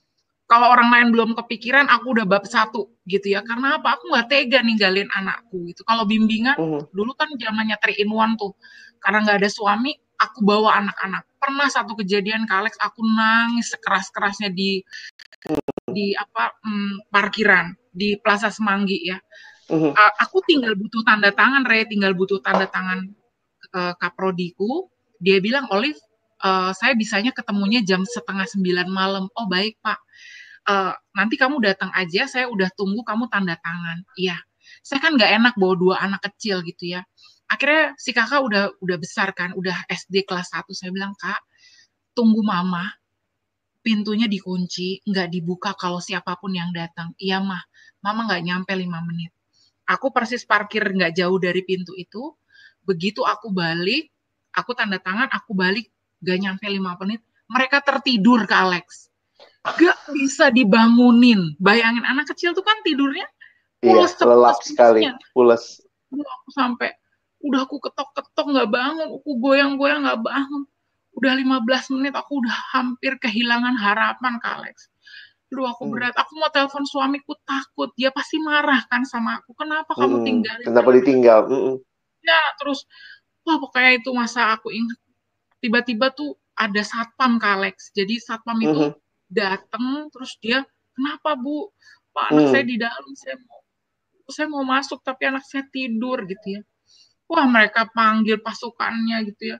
C: kalau orang lain belum kepikiran, aku udah bab satu gitu ya. Karena apa? Aku nggak tega ninggalin anakku gitu. Kalau bimbingan, uh-huh. dulu kan zamannya three in one tuh. Karena nggak ada suami, aku bawa anak-anak. Pernah satu kejadian, Kak Alex, aku nangis sekeras-kerasnya di uh-huh. di apa hmm, parkiran di Plaza Semanggi ya. Uh-huh. Uh, aku tinggal butuh tanda tangan, Re, tinggal butuh tanda tangan uh, kaprodiku. Dia bilang, Olive, uh, saya bisanya ketemunya jam setengah sembilan malam. Oh baik Pak. Uh, nanti kamu datang aja, saya udah tunggu kamu tanda tangan. Iya, saya kan nggak enak bawa dua anak kecil gitu ya. Akhirnya si kakak udah udah besar kan, udah S D kelas satu. Saya bilang, Kak, tunggu mama, pintunya dikunci, nggak dibuka kalau siapapun yang datang. Iya mah, mama nggak nyampe lima menit. Aku persis parkir nggak jauh dari pintu itu. Begitu aku balik, aku tanda tangan, aku balik, nggak nyampe lima menit. Mereka tertidur, Kak Alex. Gak bisa dibangunin. Bayangin anak kecil tuh kan tidurnya
A: pules, iya, lelap sekali, pules.
C: Udah aku sampai, udah aku ketok-ketok nggak bangun, aku goyang-goyang nggak bangun. Udah lima belas menit aku udah hampir kehilangan harapan, Kak Alex. Aduh aku berat, aku mau telepon suamiku takut, dia pasti marah kan sama aku. Kenapa kamu
A: hmm,
C: tinggalin?
A: Kenapa ditinggal? Hmm.
C: Ya terus, wah pokoknya itu masa aku ingat. Tiba-tiba tuh ada satpam, Kak Alex. Jadi satpam itu hmm. datang terus dia, kenapa Bu? Pak, anak hmm. saya di dalam, saya mau saya mau masuk tapi anak saya tidur gitu ya. Wah, mereka panggil pasukannya gitu ya.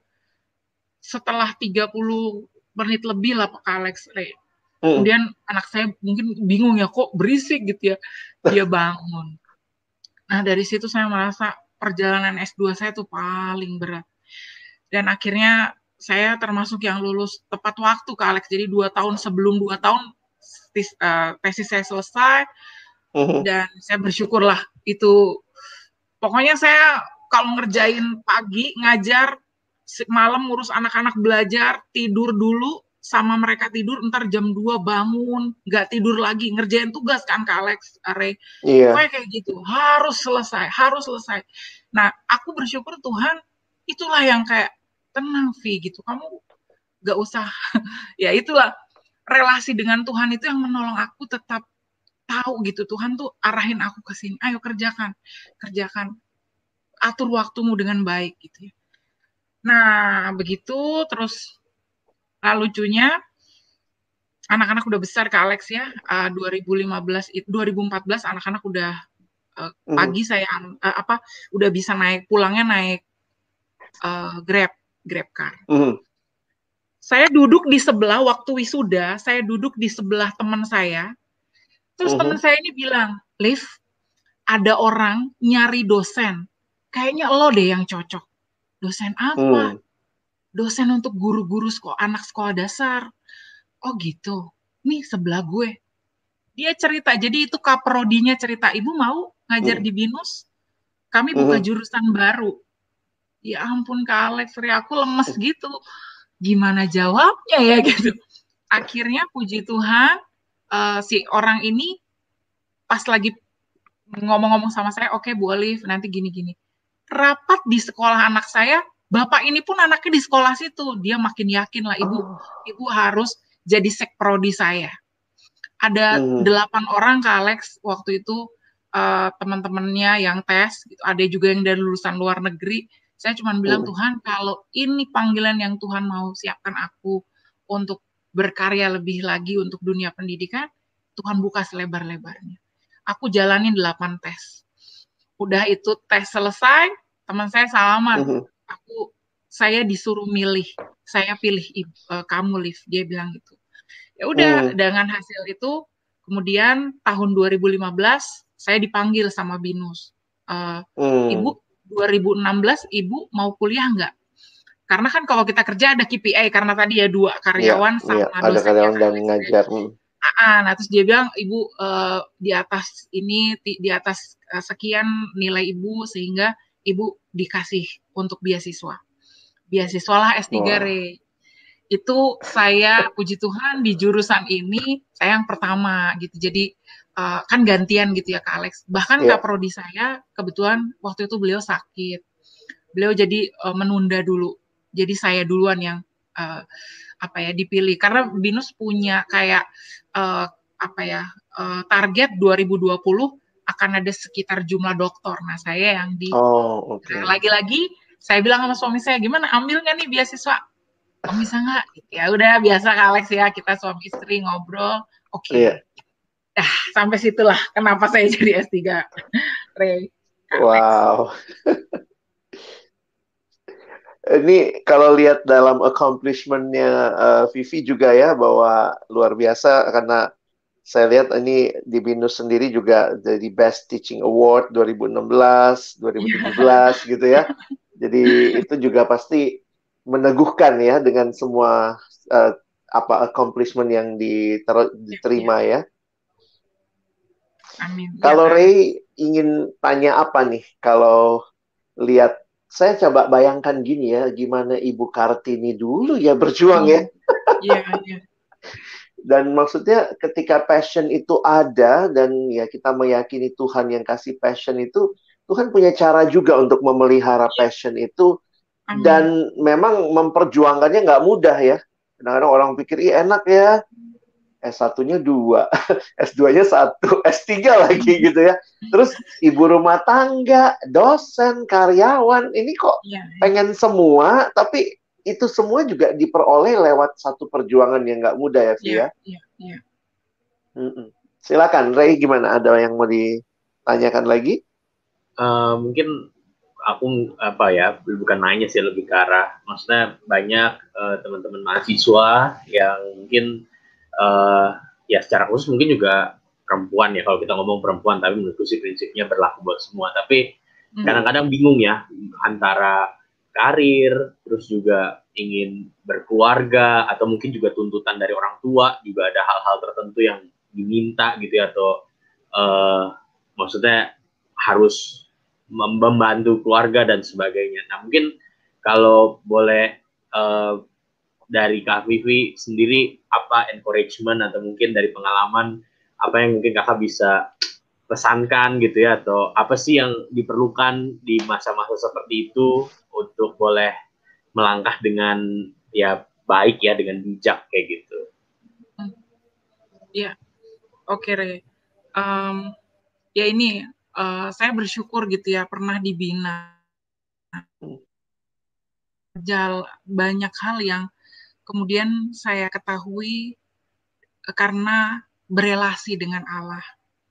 C: Setelah tiga puluh menit lebih lah Pak Alex. Hmm. Kemudian anak saya mungkin bingung ya, kok berisik gitu ya. Dia bangun. Nah, dari situ saya merasa perjalanan S dua saya tuh paling berat. Dan akhirnya saya termasuk yang lulus tepat waktu, Kak Alex. Jadi dua tahun sebelum dua tahun tes, uh, tesis saya selesai. Uh-huh. Dan saya bersyukurlah itu. Pokoknya saya kalau ngerjain pagi, ngajar, malam ngurus anak-anak belajar, tidur dulu, sama mereka tidur, ntar jam dua bangun, nggak tidur lagi, ngerjain tugas kan, Kak Alex, Are. Iya. Pokoknya kayak gitu, harus selesai, harus selesai. Nah, aku bersyukur Tuhan, itulah yang kayak, tenang, Vi, gitu. Kamu gak usah, ya itulah, relasi dengan Tuhan itu yang menolong aku tetap tahu gitu, Tuhan tuh arahin aku ke sini, ayo kerjakan, kerjakan, atur waktumu dengan baik gitu ya. Nah, begitu, terus nah, lucunya, anak-anak udah besar, Kak Alex ya, uh, dua ribu lima belas, dua ribu empat belas anak-anak udah, uh, pagi mm. saya, uh, apa, udah bisa naik, pulangnya naik uh, Grab, Grab car. Mm. Saya duduk di sebelah waktu wisuda, saya duduk di sebelah teman saya. Terus uh-huh. teman saya ini bilang, Liv, ada orang nyari dosen. Kayaknya lo deh yang cocok. Dosen apa? Hmm. Dosen untuk guru-guru sekolah, anak sekolah dasar. Oh gitu. Nih sebelah gue. Dia cerita, jadi itu kaprodinya cerita, Ibu mau ngajar hmm. di Binus? Kami buka uh-huh. jurusan baru. Ya ampun Kak Alex, aku lemes gitu. Gimana jawabnya ya gitu. Akhirnya puji Tuhan uh, si orang ini pas lagi ngomong-ngomong sama saya, oke okay, Bu Olive nanti gini-gini. Rapat di sekolah anak saya, bapak ini pun anaknya di sekolah situ. Dia makin yakin lah ibu, oh. ibu harus jadi sekprodi saya. Ada hmm. delapan orang Kak Alex waktu itu uh, teman-temannya yang tes, gitu. Ada juga yang dari lulusan luar negeri. Saya cuma bilang, uh. Tuhan, kalau ini panggilan yang Tuhan mau siapkan aku untuk berkarya lebih lagi untuk dunia pendidikan, Tuhan buka selebar-lebarnya. Aku jalanin delapan tes. Udah itu tes selesai, teman saya salaman. Uh. Aku, saya disuruh milih. Saya pilih uh, kamu, Liv. Dia bilang gitu. Ya udah, uh. dengan hasil itu, kemudian tahun dua ribu lima belas, saya dipanggil sama Binus. Uh, uh. Ibu, dua ribu enam belas Ibu mau kuliah nggak? Karena kan kalau kita kerja ada K P I, karena tadi ya dua karyawan ya, sama ya, dosen. Ada karyawan dan ngajar. Ah, nah terus dia bilang, Ibu uh, di atas ini, di, di atas uh, sekian nilai Ibu, sehingga Ibu dikasih untuk beasiswa. Beasiswa lah S tiga R E. Itu saya, puji Tuhan, di jurusan ini, saya yang pertama gitu. Jadi, uh, kan gantian gitu ya Kak Alex. Bahkan yeah. Kak Prodi saya, kebetulan waktu itu beliau sakit. Beliau jadi uh, menunda dulu. Jadi saya duluan yang uh, apa ya dipilih. Karena Binus punya kayak uh, apa ya uh, target dua ribu dua puluh akan ada sekitar jumlah doktor. Nah saya yang di
A: oh, okay.
C: nah, lagi-lagi saya bilang sama suami saya, gimana ambil nggak nih beasiswa? Om bisa nggak? Ya udah biasa Kak Alex ya, kita suami istri ngobrol, oke. Okay. Yeah. Dah sampai situlah kenapa saya jadi S tiga. Ray.
A: Wow. Ini kalau lihat dalam accomplishment-nya uh, Vivi juga ya, bahwa luar biasa, karena saya lihat ini di BINUS sendiri juga jadi Best Teaching Award dua ribu enam belas, dua ribu tujuh belas yeah. gitu ya. Jadi itu juga pasti meneguhkan ya dengan semua uh, apa accomplishment yang diter diterima ya.
C: Amin.
A: Kalau Ray ingin tanya apa nih? Kalau lihat, saya coba bayangkan gini ya, gimana Ibu Kartini dulu ya berjuang ya.
C: Iya, iya.
A: Dan maksudnya ketika passion itu ada dan ya kita meyakini Tuhan yang kasih passion itu, Tuhan punya cara juga untuk memelihara passion itu. Amin. Dan memang memperjuangkannya nggak mudah ya. Kadang-kadang orang pikir, ih enak ya, S satunya dua, S duanya satu, S tiga lagi gitu ya. Terus ibu rumah tangga, dosen, karyawan, ini kok ya, ya. pengen semua, tapi itu semua juga diperoleh lewat satu perjuangan yang nggak mudah ya, Vi ya.
C: Iya, iya.
A: Silakan, Ray, gimana? Ada yang mau ditanyakan lagi?
B: Uh, mungkin aku apa ya, bukan nanya sih, lebih ke arah, maksudnya banyak uh, teman-teman mahasiswa yang mungkin uh, ya secara khusus mungkin juga perempuan ya, kalau kita ngomong perempuan, tapi menurutku sih prinsipnya berlaku buat semua. Tapi kadang-kadang bingung ya antara karir, terus juga ingin berkeluarga, atau mungkin juga tuntutan dari orang tua, juga ada hal-hal tertentu yang diminta gitu ya, atau uh, maksudnya harus membantu keluarga dan sebagainya. Nah mungkin kalau boleh uh, dari Kak Vivi sendiri, apa encouragement atau mungkin dari pengalaman, apa yang mungkin kakak bisa pesankan gitu ya, atau apa sih yang diperlukan di masa-masa seperti itu untuk boleh melangkah dengan ya baik ya, dengan bijak kayak gitu.
C: Ya, oke Re. Um, ya ini uh, saya bersyukur gitu ya pernah dibina. Jal banyak hal yang kemudian saya ketahui karena berelasi dengan Allah.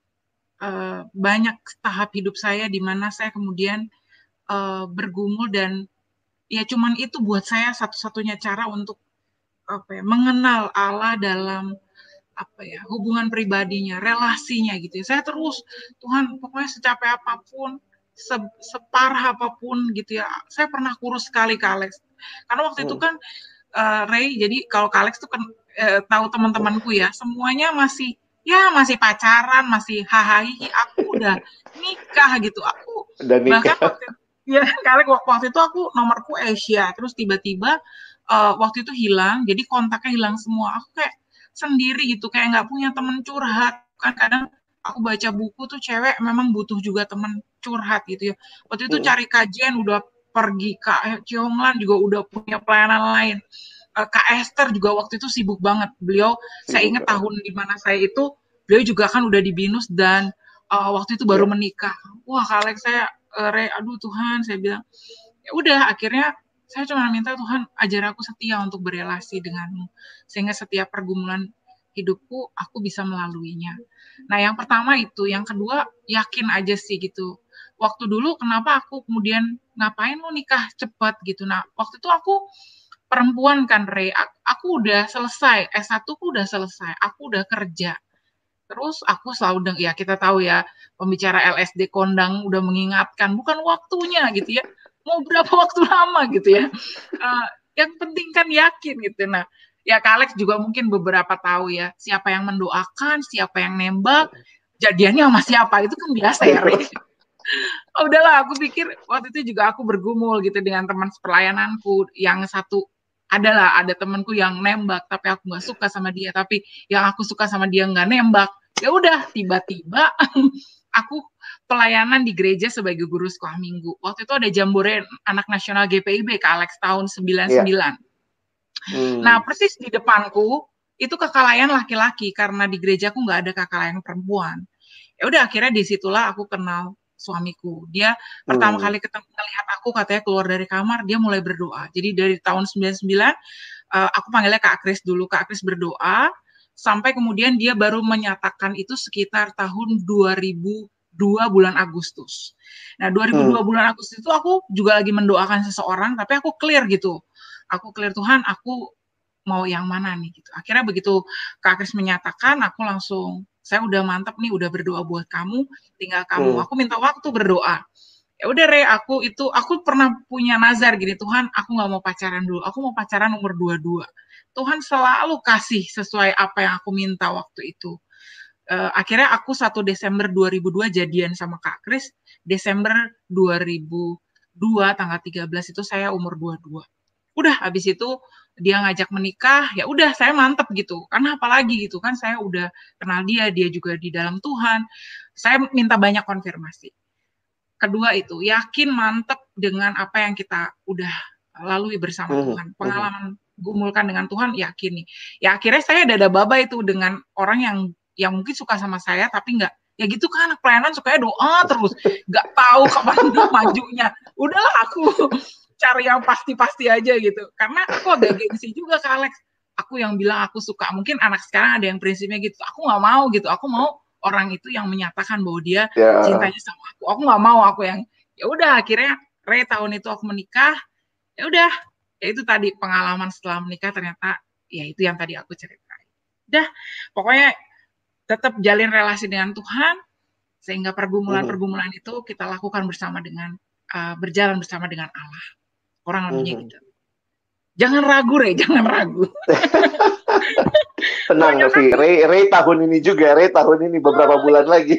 C: Uh, banyak tahap hidup saya di mana saya kemudian uh, bergumul, dan ya cuman itu buat saya satu-satunya cara untuk apa ya, mengenal Allah dalam apa ya, hubungan pribadinya, relasinya gitu ya. Saya terus, Tuhan pokoknya secapek apapun, se separah apapun gitu ya. Saya pernah kurus sekali Kak Alex. Karena waktu hmm. itu kan uh, Ray, jadi kalau Kak Alex tuh kan uh, tahu teman-temanku ya, semuanya masih ya masih pacaran, masih hahaha, aku udah nikah gitu. Aku
A: udah nikah.
C: Bahkan waktu ya Kak Alex, waktu itu aku nomorku Asia, terus tiba-tiba uh, waktu itu hilang, jadi kontaknya hilang semua. Aku kayak sendiri gitu, kayak nggak punya temen curhat. Kan kadang aku baca buku tuh cewek memang butuh juga temen curhat gitu ya. Waktu itu hmm. cari kajian udah pergi, Kak Cionglan juga udah punya pelayanan lain. Kak Esther juga waktu itu sibuk banget. Beliau, sibuk saya ingat tahun di mana saya itu, beliau juga kan udah di BINUS dan uh, waktu itu baru yeah. menikah. Wah Kak Alex, saya, uh, Re, aduh Tuhan, saya bilang, ya udah akhirnya saya cuma minta Tuhan ajar aku setia untuk berelasi denganmu, sehingga setiap pergumulan hidupku aku bisa melaluinya. Nah yang pertama itu, yang kedua yakin aja sih gitu. Waktu dulu kenapa aku kemudian ngapain lu nikah cepat gitu. Nah waktu itu aku perempuan kan Re, aku udah selesai, S satu ku udah selesai, aku udah kerja. Terus aku selalu deng, ya kita tahu ya, pembicara L S D kondang udah mengingatkan, bukan waktunya gitu ya. Mau berapa waktu lama gitu ya. Uh, yang penting kan yakin gitu. Nah, ya Kak Alex juga mungkin beberapa tahu ya, siapa yang mendoakan, siapa yang nembak, jadiannya sama siapa, itu kan biasa ya, Re. Oh, udahlah, aku pikir waktu itu juga aku bergumul gitu dengan teman sepelayananku, yang satu adalah ada temanku yang nembak, tapi aku nggak suka sama dia, tapi yang aku suka sama dia nggak nembak. Ya udah, tiba-tiba aku pelayanan di gereja sebagai guru sekolah minggu. Waktu itu ada jambore anak nasional G P I B Kak Alex tahun sembilan puluh sembilan. Yeah. Hmm. Nah persis di depanku itu kakak layan laki-laki karena di gerejaku nggak ada kakak layan perempuan. Ya udah akhirnya disitulah aku kenal suamiku. Dia pertama
A: Hmm.
C: kali ketemu ngelihat aku katanya keluar dari kamar dia mulai berdoa. Jadi dari tahun sembilan puluh sembilan uh, aku panggilnya Kak Kris dulu. Kak Kris berdoa sampai kemudian dia baru menyatakan itu sekitar tahun dua ribu dua bulan Agustus. Nah, dua ribu dua
A: Hmm.
C: bulan Agustus itu aku juga lagi mendoakan seseorang tapi aku clear gitu. Aku clear Tuhan, aku mau yang mana nih gitu. Akhirnya begitu Kak Kris menyatakan, aku langsung saya udah mantap nih, udah berdoa buat kamu, tinggal kamu.
A: Hmm.
C: Aku minta waktu berdoa. Ya udah Re, aku itu aku pernah punya nazar gini, Tuhan, aku nggak mau pacaran dulu. Aku mau pacaran umur dua puluh dua. Tuhan selalu kasih sesuai apa yang aku minta waktu itu. Uh, akhirnya aku satu Desember dua ribu dua jadian sama Kak Kris. Desember dua ribu dua tanggal tiga belas itu saya umur dua puluh dua. Udah habis itu dia ngajak menikah, ya udah saya mantep gitu. Karena apalagi gitu kan saya udah kenal dia, dia juga di dalam Tuhan. Saya minta banyak konfirmasi. Kedua itu, yakin mantep dengan apa yang kita udah lalui bersama
A: Hmm.
C: Tuhan. Pengalaman gumulkan dengan Tuhan, yakin nih. Ya akhirnya saya dada-baba itu dengan orang yang yang mungkin suka sama saya tapi nggak, ya gitu kan anak pelayanan sukanya doa terus, nggak tahu kapan majunya. Udahlah aku cari yang pasti-pasti aja gitu. Karena aku agak gengsi juga Kak Alex. Aku yang bilang aku suka, mungkin anak sekarang ada yang prinsipnya gitu. Aku nggak mau gitu. Aku mau orang itu yang menyatakan bahwa dia
A: Ya.
C: cintanya sama aku. Aku nggak mau aku yang ya udah akhirnya Re tahun itu aku menikah. Ya udah, ya itu tadi pengalaman setelah menikah ternyata ya itu yang tadi aku ceritain. Udah, pokoknya tetap jalin relasi dengan Tuhan sehingga pergumulan-pergumulan itu kita lakukan bersama dengan uh, berjalan bersama dengan Allah. Orang lebihnya gitu. Jangan ragu, Re. Jangan ragu.
A: Tenang, Vi. Ray, Ray tahun ini juga. Ray tahun ini beberapa bulan lagi.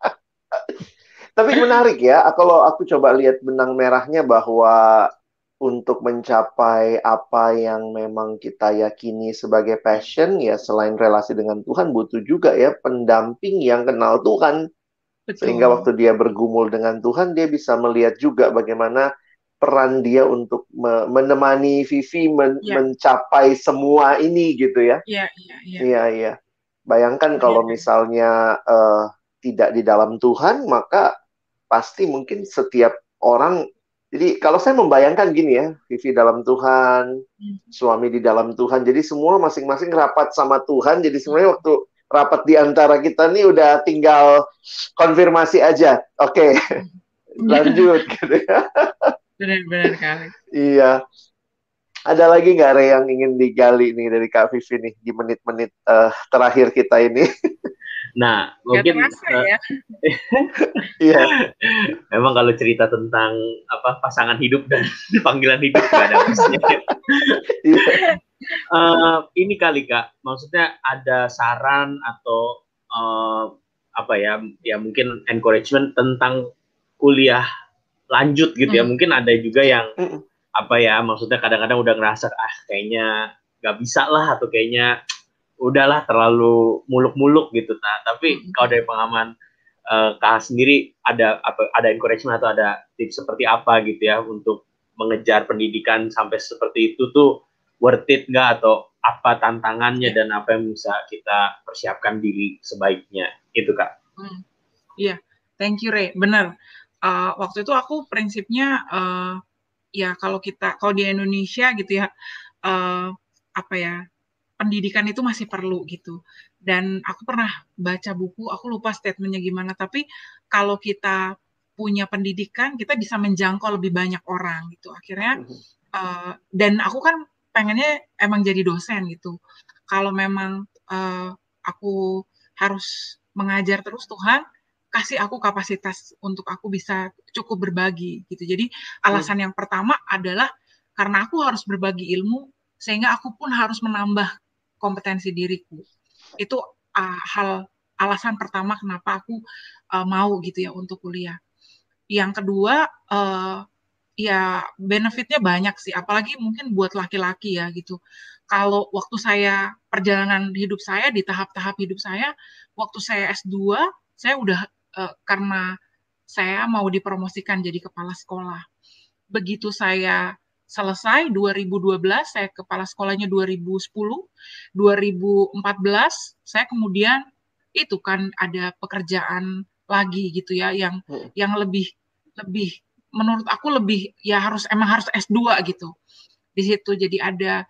A: Tapi menarik ya. Kalau aku coba lihat benang merahnya bahwa untuk mencapai apa yang memang kita yakini sebagai passion, ya selain relasi dengan Tuhan, butuh juga ya pendamping yang kenal Tuhan. Betul. Sehingga waktu dia bergumul dengan Tuhan, dia bisa melihat juga bagaimana peran dia untuk me menemani Vivi men ya. mencapai semua ini gitu ya.
C: Iya, iya, iya.
A: Iya, iya. Bayangkan ya, kalau misalnya uh, tidak di dalam Tuhan, maka pasti mungkin setiap orang, jadi kalau saya membayangkan gini ya, Vivi dalam Tuhan, hmm. suami di dalam Tuhan, jadi semua masing-masing rapat sama Tuhan, jadi sebenarnya hmm. waktu rapat di antara kita nih udah tinggal konfirmasi aja. Oke, okay. lanjut gitu ya.
C: Benar-benar kali.
A: Iya. Ada lagi nggak Re yang ingin digali nih dari Kak Vivi nih di menit-menit uh, terakhir kita ini?
B: Nah, mungkin
C: terasa, uh, ya.
B: Iya. Memang kalau cerita tentang apa pasangan hidup dan panggilan hidup nggak ada habisnya. uh, ini kali Kak, maksudnya ada saran atau uh, apa ya, ya mungkin encouragement tentang kuliah lanjut gitu ya. Mm. Mungkin ada juga yang mm. apa ya, maksudnya kadang-kadang udah ngerasa ah kayaknya nggak bisa lah atau kayaknya udahlah terlalu muluk-muluk gitu. Nah, tapi mm. kalau dari pengalaman uh, Kak sendiri ada apa ada encouragement atau ada tips seperti apa gitu ya untuk mengejar pendidikan sampai seperti itu tuh worth it nggak, atau apa tantangannya dan apa yang bisa kita persiapkan diri sebaiknya gitu Kak?
C: Iya, mm. yeah. Thank you Re, benar. Uh, waktu itu aku prinsipnya uh, ya kalau kita kalau di Indonesia gitu ya uh, apa ya pendidikan itu masih perlu gitu, dan aku pernah baca buku, aku lupa statementnya gimana, tapi kalau kita punya pendidikan kita bisa menjangkau lebih banyak orang gitu akhirnya. Uh, dan aku kan pengennya emang jadi dosen gitu. Kalau memang uh, aku harus mengajar terus, Tuhan kasih aku kapasitas untuk aku bisa cukup berbagi gitu. Jadi alasan hmm. yang pertama adalah karena aku harus berbagi ilmu sehingga aku pun harus menambah kompetensi diriku. Itu uh, hal alasan pertama kenapa aku uh, mau gitu ya untuk kuliah. Yang kedua uh, ya benefitnya banyak sih, apalagi mungkin buat laki-laki ya gitu. Kalau waktu saya perjalanan hidup saya di tahap-tahap hidup saya, waktu saya S dua saya udah Uh, karena saya mau dipromosikan jadi kepala sekolah. Begitu saya selesai dua ribu dua belas, saya kepala sekolahnya dua ribu sepuluh, dua ribu empat belas saya kemudian itu kan ada pekerjaan lagi gitu ya yang
A: Hmm.
C: yang lebih lebih menurut aku lebih ya harus emang harus S dua gitu di situ. Jadi ada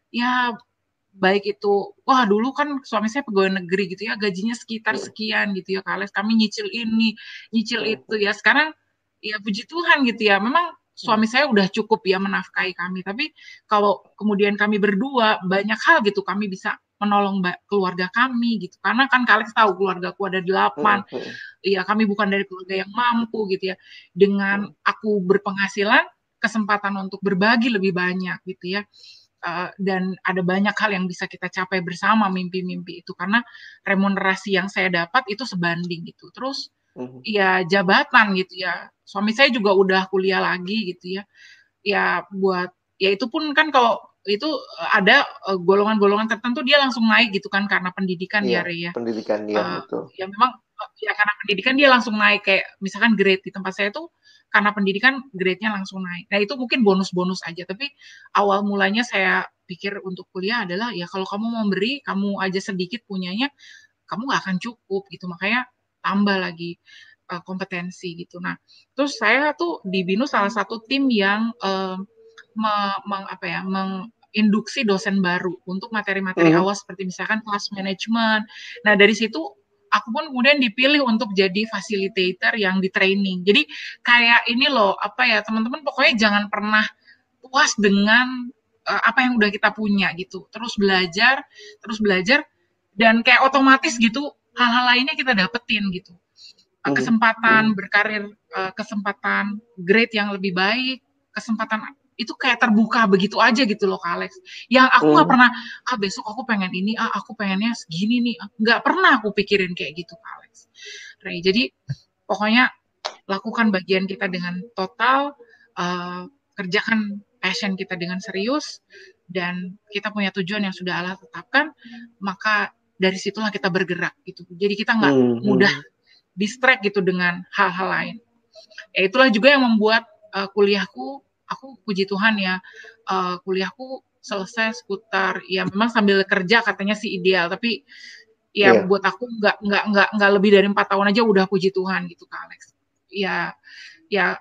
C: ya baik itu, wah dulu kan suami saya pegawai negeri gitu ya, gajinya sekitar
A: Hmm.
C: sekian gitu ya, Kak Alex, kami nyicil ini, nyicil
A: Hmm.
C: itu ya. Sekarang ya puji Tuhan gitu ya, memang suami saya udah cukup ya menafkahi kami, tapi kalau kemudian kami berdua banyak hal gitu kami bisa menolong keluarga kami gitu, karena kan Kak Alex tahu keluargaku ada delapan,
A: Hmm.
C: ya kami bukan dari keluarga yang mampu gitu ya. Dengan
A: Hmm.
C: aku berpenghasilan, kesempatan untuk berbagi lebih banyak gitu ya. Uh, dan ada banyak hal yang bisa kita capai bersama mimpi-mimpi itu, karena remunerasi yang saya dapat itu sebanding gitu. Terus
A: Hmm.
C: ya jabatan gitu ya, suami saya juga udah kuliah lagi gitu ya, ya buat ya itu pun kan kalau itu ada uh, golongan-golongan tertentu dia langsung naik gitu kan karena pendidikan
A: Iya,
C: ya Rey ya.
A: pendidikan dia
C: Uh,
A: betul.
C: ya memang ya karena pendidikan dia langsung naik, kayak misalkan grade di tempat saya tuh karena pendidikan grade-nya langsung naik. Nah itu mungkin bonus-bonus aja, tapi awal mulanya saya pikir untuk kuliah adalah ya kalau kamu mau beri, kamu aja sedikit punyanya, kamu nggak akan cukup gitu, makanya tambah lagi uh, kompetensi gitu. Nah terus saya tuh di BINUS salah satu tim yang uh, me, meng, apa ya, menginduksi dosen baru untuk materi-materi
A: Hmm.
C: awal seperti misalkan class management. Nah dari situ aku pun kemudian dipilih untuk jadi facilitator yang di training. Jadi kayak ini loh, apa ya, teman-teman pokoknya jangan pernah puas dengan uh, apa yang udah kita punya gitu. Terus belajar, terus belajar, dan kayak otomatis gitu hal-hal lainnya kita dapetin gitu. Uh, kesempatan berkarir, uh, kesempatan grade yang lebih baik, kesempatan itu kayak terbuka begitu aja gitu loh Kak Alex. Yang aku nggak
A: Hmm.
C: pernah, ah besok aku pengen ini, ah aku pengennya segini nih. Nggak pernah aku pikirin kayak gitu Kak Alex. Ray, jadi pokoknya lakukan bagian kita dengan total, uh, kerjakan passion kita dengan serius, dan kita punya tujuan yang sudah Allah tetapkan, maka dari situlah kita bergerak gitu. Jadi kita nggak
A: Hmm.
C: mudah distract gitu dengan hal-hal lain. Ya itulah juga yang membuat uh, kuliahku, aku puji Tuhan ya, uh, kuliahku selesai seputar ya memang sambil kerja katanya sih ideal, tapi ya yeah. buat aku nggak nggak nggak nggak lebih dari empat tahun aja udah puji Tuhan gitu Kak Alex. Ya ya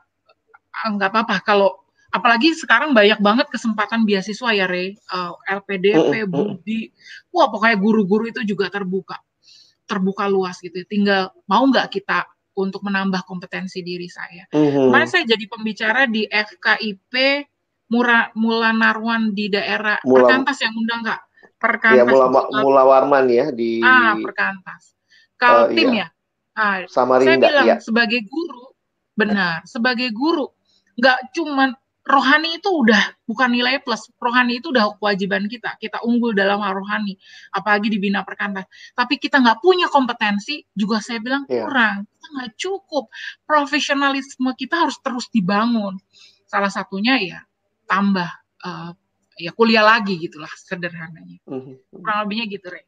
C: nggak apa-apa kalau apalagi sekarang banyak banget kesempatan beasiswa ya Rey, uh, L P D P, Budi, wah pokoknya guru-guru itu juga terbuka terbuka luas gitu. Tinggal mau nggak kita untuk menambah kompetensi diri saya. Mm-hmm. Kemarin saya jadi pembicara di F K I P Mura, Mula Narwan di daerah Mula, Perkantas yang undang Kak. Perkantas.
A: Ya, Mula, Mula Warman ya di
C: Ah, Perkantas. Kaltim uh, iya. ya. Ah,
A: Samarinda,
C: saya bilang
A: ya.
C: sebagai guru, benar, sebagai guru nggak cuman rohani itu udah bukan nilai plus, rohani itu udah kewajiban kita, kita unggul dalam rohani, apalagi di Bina Perkantas. Tapi kita nggak punya kompetensi, juga saya bilang kurang, yeah. kita nggak cukup. Profesionalisme kita harus terus dibangun. Salah satunya ya tambah uh, ya kuliah lagi gitulah sederhananya. Mm-hmm. Kurang lebihnya gitu, Rey.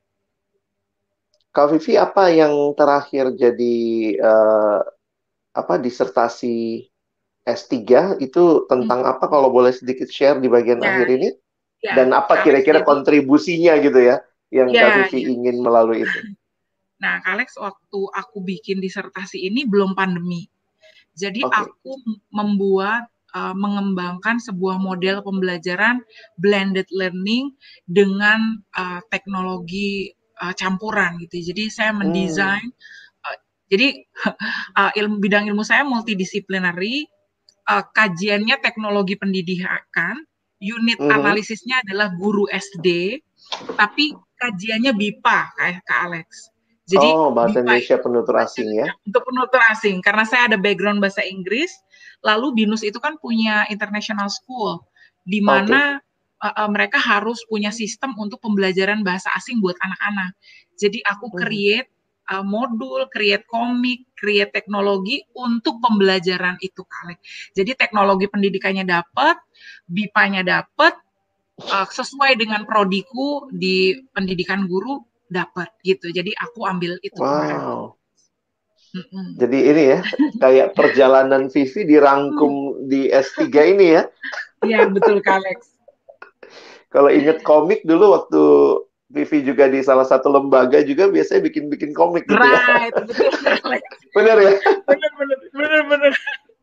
A: Kak Vivi, apa yang terakhir jadi uh, apa disertasi S tiga itu tentang apa kalau boleh sedikit share di bagian ya, akhir ini? Ya, dan apa kira-kira jadi, kontribusinya gitu ya yang ya, Kak Vivi ya. ingin melalui itu?
C: Nah, Kak Alex, waktu aku bikin disertasi ini belum pandemi. Jadi okay. aku membuat uh, mengembangkan sebuah model pembelajaran blended learning dengan uh, teknologi uh, campuran gitu. Jadi saya mendesain hmm. uh, jadi uh, ilmu bidang ilmu saya multidisciplinary. Uh, kajiannya teknologi pendidikan, unit mm-hmm. analisisnya adalah guru S D, tapi kajiannya B I P A, kayak Kak Alex. Jadi
A: oh, bahasa Indonesia penutur asing ya?
C: Untuk penutur asing, karena saya ada background bahasa Inggris, lalu BINUS itu kan punya international school, di mana okay. uh, uh, mereka harus punya sistem untuk pembelajaran bahasa asing buat anak-anak. Jadi aku create Uh, modul, create komik, create teknologi untuk pembelajaran itu kali. Jadi teknologi pendidikannya dapat, B I P A-nya dapat, uh, sesuai dengan prodiku di pendidikan guru dapat gitu. Jadi aku ambil itu.
A: Wow. Mm-mm. Jadi ini ya, kayak perjalanan Vivi dirangkum hmm. di S tiga ini ya.
C: Iya, betul Kak Alex.
A: Kalau inget komik dulu waktu Vivi juga di salah satu lembaga juga biasanya bikin-bikin komik gitu ya.
C: Right, betul Kak Alex.
A: Bener ya?
C: Bener, bener, bener, bener.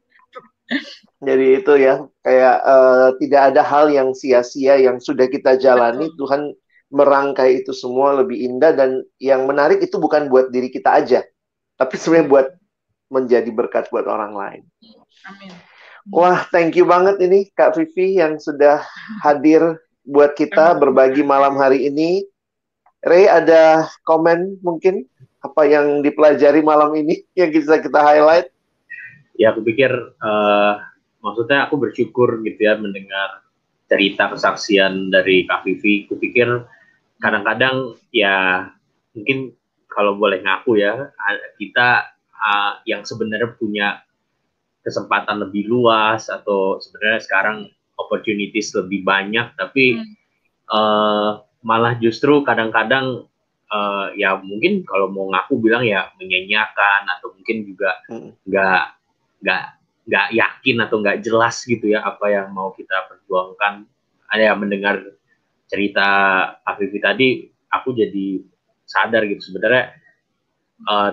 A: Jadi itu ya, kayak uh, tidak ada hal yang sia-sia yang sudah kita jalani.
C: Betul.
A: Tuhan merangkai itu semua lebih indah, dan yang menarik itu bukan buat diri kita aja, tapi sebenarnya buat menjadi berkat buat orang lain.
C: Amin.
A: Wah, thank you banget ini Kak Vivi yang sudah hadir buat kita berbagi malam hari ini. Ray, ada komen mungkin apa yang dipelajari malam ini yang bisa kita highlight?
B: Ya, aku pikir uh, maksudnya aku bersyukur gitu ya mendengar cerita kesaksian dari Kak Vivi. Aku pikir kadang-kadang ya mungkin kalau boleh ngaku ya, kita uh, yang sebenarnya punya kesempatan lebih luas atau sebenarnya sekarang opportunities lebih banyak, tapi hmm. uh, malah justru kadang-kadang uh, ya mungkin kalau mau ngaku bilang ya menyanyiakan atau mungkin juga nggak hmm. nggak nggak yakin atau nggak jelas gitu ya apa yang mau kita perjuangkan. Ada yang mendengar cerita Afifi tadi, aku jadi sadar gitu sebenarnya uh,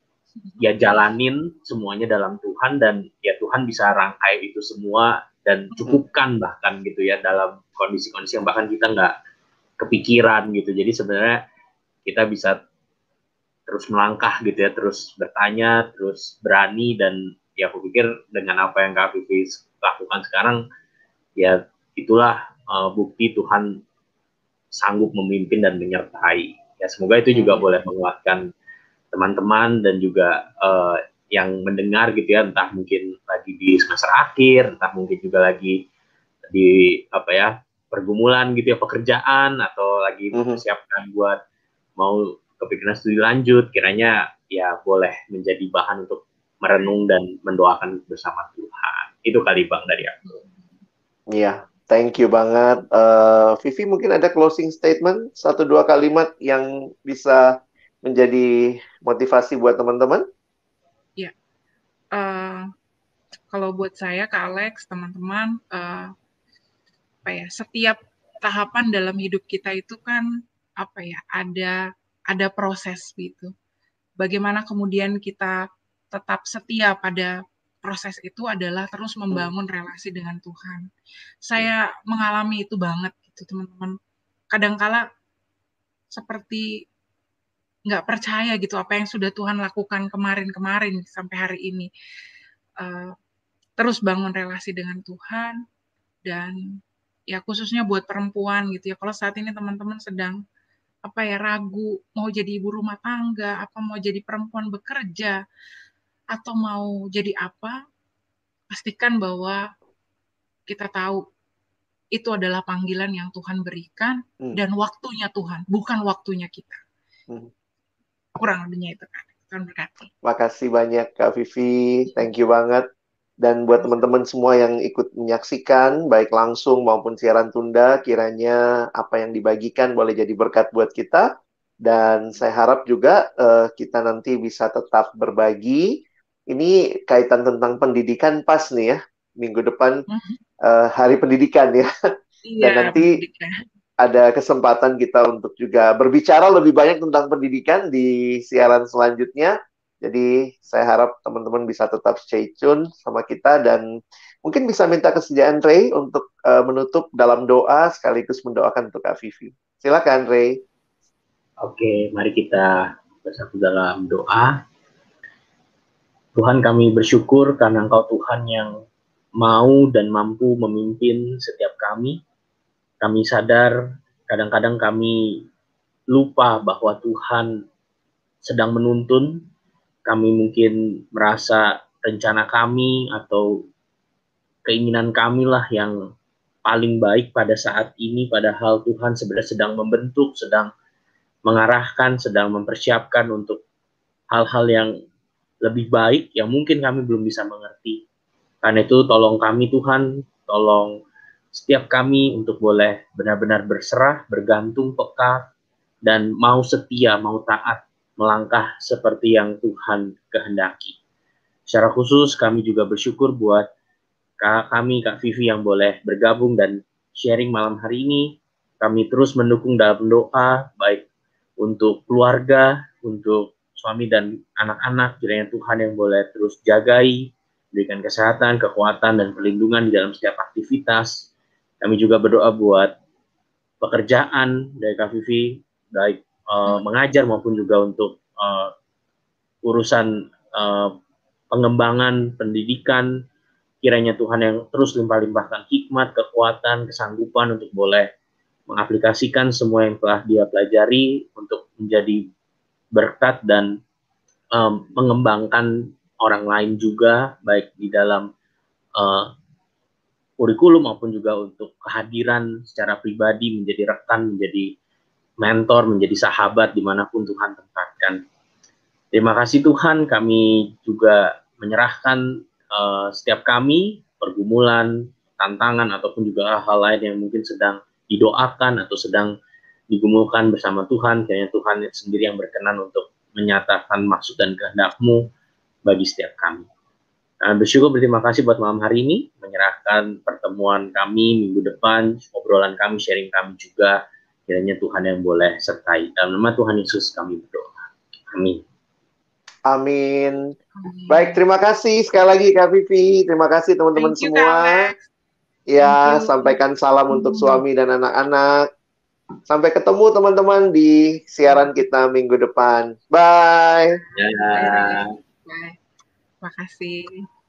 B: ya jalanin semuanya dalam Tuhan, dan ya Tuhan bisa rangkai itu semua dan cukupkan bahkan gitu ya dalam kondisi-kondisi yang bahkan kita nggak kepikiran gitu. Jadi sebenarnya kita bisa terus melangkah gitu ya, terus bertanya, terus berani, dan ya aku pikir dengan apa yang Kak Vivi lakukan sekarang ya itulah uh, bukti Tuhan sanggup memimpin dan menyertai. Ya semoga itu juga hmm. boleh menguatkan teman-teman dan juga uh, yang mendengar gitu ya, entah mungkin lagi di semester akhir, entah mungkin juga lagi di apa ya pergumulan gitu ya, pekerjaan, atau lagi mempersiapkan buat mau kepikiran studi lanjut, kiranya ya boleh menjadi bahan untuk merenung dan mendoakan bersama Tuhan. Itu kali Bang dari aku.
A: Iya, thank you banget. Uh, Vivi mungkin ada closing statement, satu dua kalimat yang bisa menjadi motivasi buat teman-teman?
C: Ya, uh, kalau buat saya, Kak Alex, teman-teman, uh, apa ya, setiap tahapan dalam hidup kita itu kan apa ya, ada ada proses gitu. Bagaimana kemudian kita tetap setia pada proses itu adalah terus membangun relasi dengan Tuhan. Saya mengalami itu banget gitu, teman-teman. Kadangkala seperti nggak percaya gitu apa yang sudah Tuhan lakukan kemarin-kemarin sampai hari ini. Uh, terus bangun relasi dengan Tuhan, dan ya khususnya buat perempuan gitu ya. Kalau saat ini teman-teman sedang apa ya ragu mau jadi ibu rumah tangga, apa mau jadi perempuan bekerja, atau mau jadi apa, pastikan bahwa kita tahu itu adalah panggilan yang Tuhan berikan hmm. dan waktunya Tuhan, bukan waktunya kita. Hmm. Kurang lebihnya itu kan. Tuhan berkati.
A: Makasih banyak Kak Vivi, thank you banget. Dan buat teman-teman semua yang ikut menyaksikan, baik langsung maupun siaran tunda, kiranya apa yang dibagikan boleh jadi berkat buat kita. Dan saya harap juga uh, kita nanti bisa tetap berbagi. Ini kaitan tentang pendidikan pas nih ya, minggu depan uh, hari pendidikan ya.
C: Iya,
A: dan nanti pendidikan. Ada kesempatan kita untuk juga berbicara lebih banyak tentang pendidikan di siaran selanjutnya. Jadi saya harap teman-teman bisa tetap stay tune sama kita, dan mungkin bisa minta kesediaan Ray untuk uh, menutup dalam doa sekaligus mendoakan untuk Kak Vivi. Silakan Ray.
B: Oke, mari kita bersatu dalam doa. Tuhan, kami bersyukur karena Engkau Tuhan yang mau dan mampu memimpin setiap kami. Kami sadar kadang-kadang kami lupa bahwa Tuhan sedang menuntun. Kami mungkin merasa rencana kami atau keinginan kami lah yang paling baik pada saat ini, padahal Tuhan sebenarnya sedang membentuk, sedang mengarahkan, sedang mempersiapkan untuk hal-hal yang lebih baik yang mungkin kami belum bisa mengerti. Karena itu tolong kami Tuhan, tolong setiap kami untuk boleh benar-benar berserah, bergantung, peka, dan mau setia, mau taat, melangkah seperti yang Tuhan kehendaki. Secara khusus kami juga bersyukur buat kami, Kak Vivi yang boleh bergabung dan sharing malam hari ini. Kami terus mendukung dalam doa, baik untuk keluarga, untuk suami dan anak-anak, kiranya Tuhan yang boleh terus jagai, berikan kesehatan, kekuatan, dan perlindungan di dalam setiap aktivitas. Kami juga berdoa buat pekerjaan dari Kak Vivi, baik uh, mengajar maupun juga untuk uh, urusan uh, pengembangan pendidikan. Kiranya Tuhan yang terus limpah-limpahkan hikmat, kekuatan, kesanggupan untuk boleh mengaplikasikan semua yang telah dia pelajari untuk menjadi berkat dan um, mengembangkan orang lain juga, baik di dalam uh, kurikulum maupun juga untuk kehadiran secara pribadi, menjadi rekan, menjadi mentor, menjadi sahabat dimanapun Tuhan tempatkan. Terima kasih Tuhan, kami juga menyerahkan uh, setiap kami, pergumulan, tantangan, ataupun juga hal lain yang mungkin sedang didoakan atau sedang digumulkan bersama Tuhan. Kiranya Tuhan sendiri yang berkenan untuk menyatakan maksud dan kehendak-Mu bagi setiap kami. Nah, bersyukur berterima kasih buat malam hari ini, menyerahkan pertemuan kami minggu depan, obrolan kami, sharing kami juga. Kiranya Tuhan yang boleh sertai. Dalam nama Tuhan Yesus kami berdoa. Amin.
A: Amin. Baik, terima kasih sekali lagi Kak Vivi. Terima kasih teman-teman semua. Ya, sampaikan salam untuk suami dan anak-anak. Sampai ketemu teman-teman di siaran kita minggu depan. Bye.
B: Ya.
C: Bye. Terima kasih.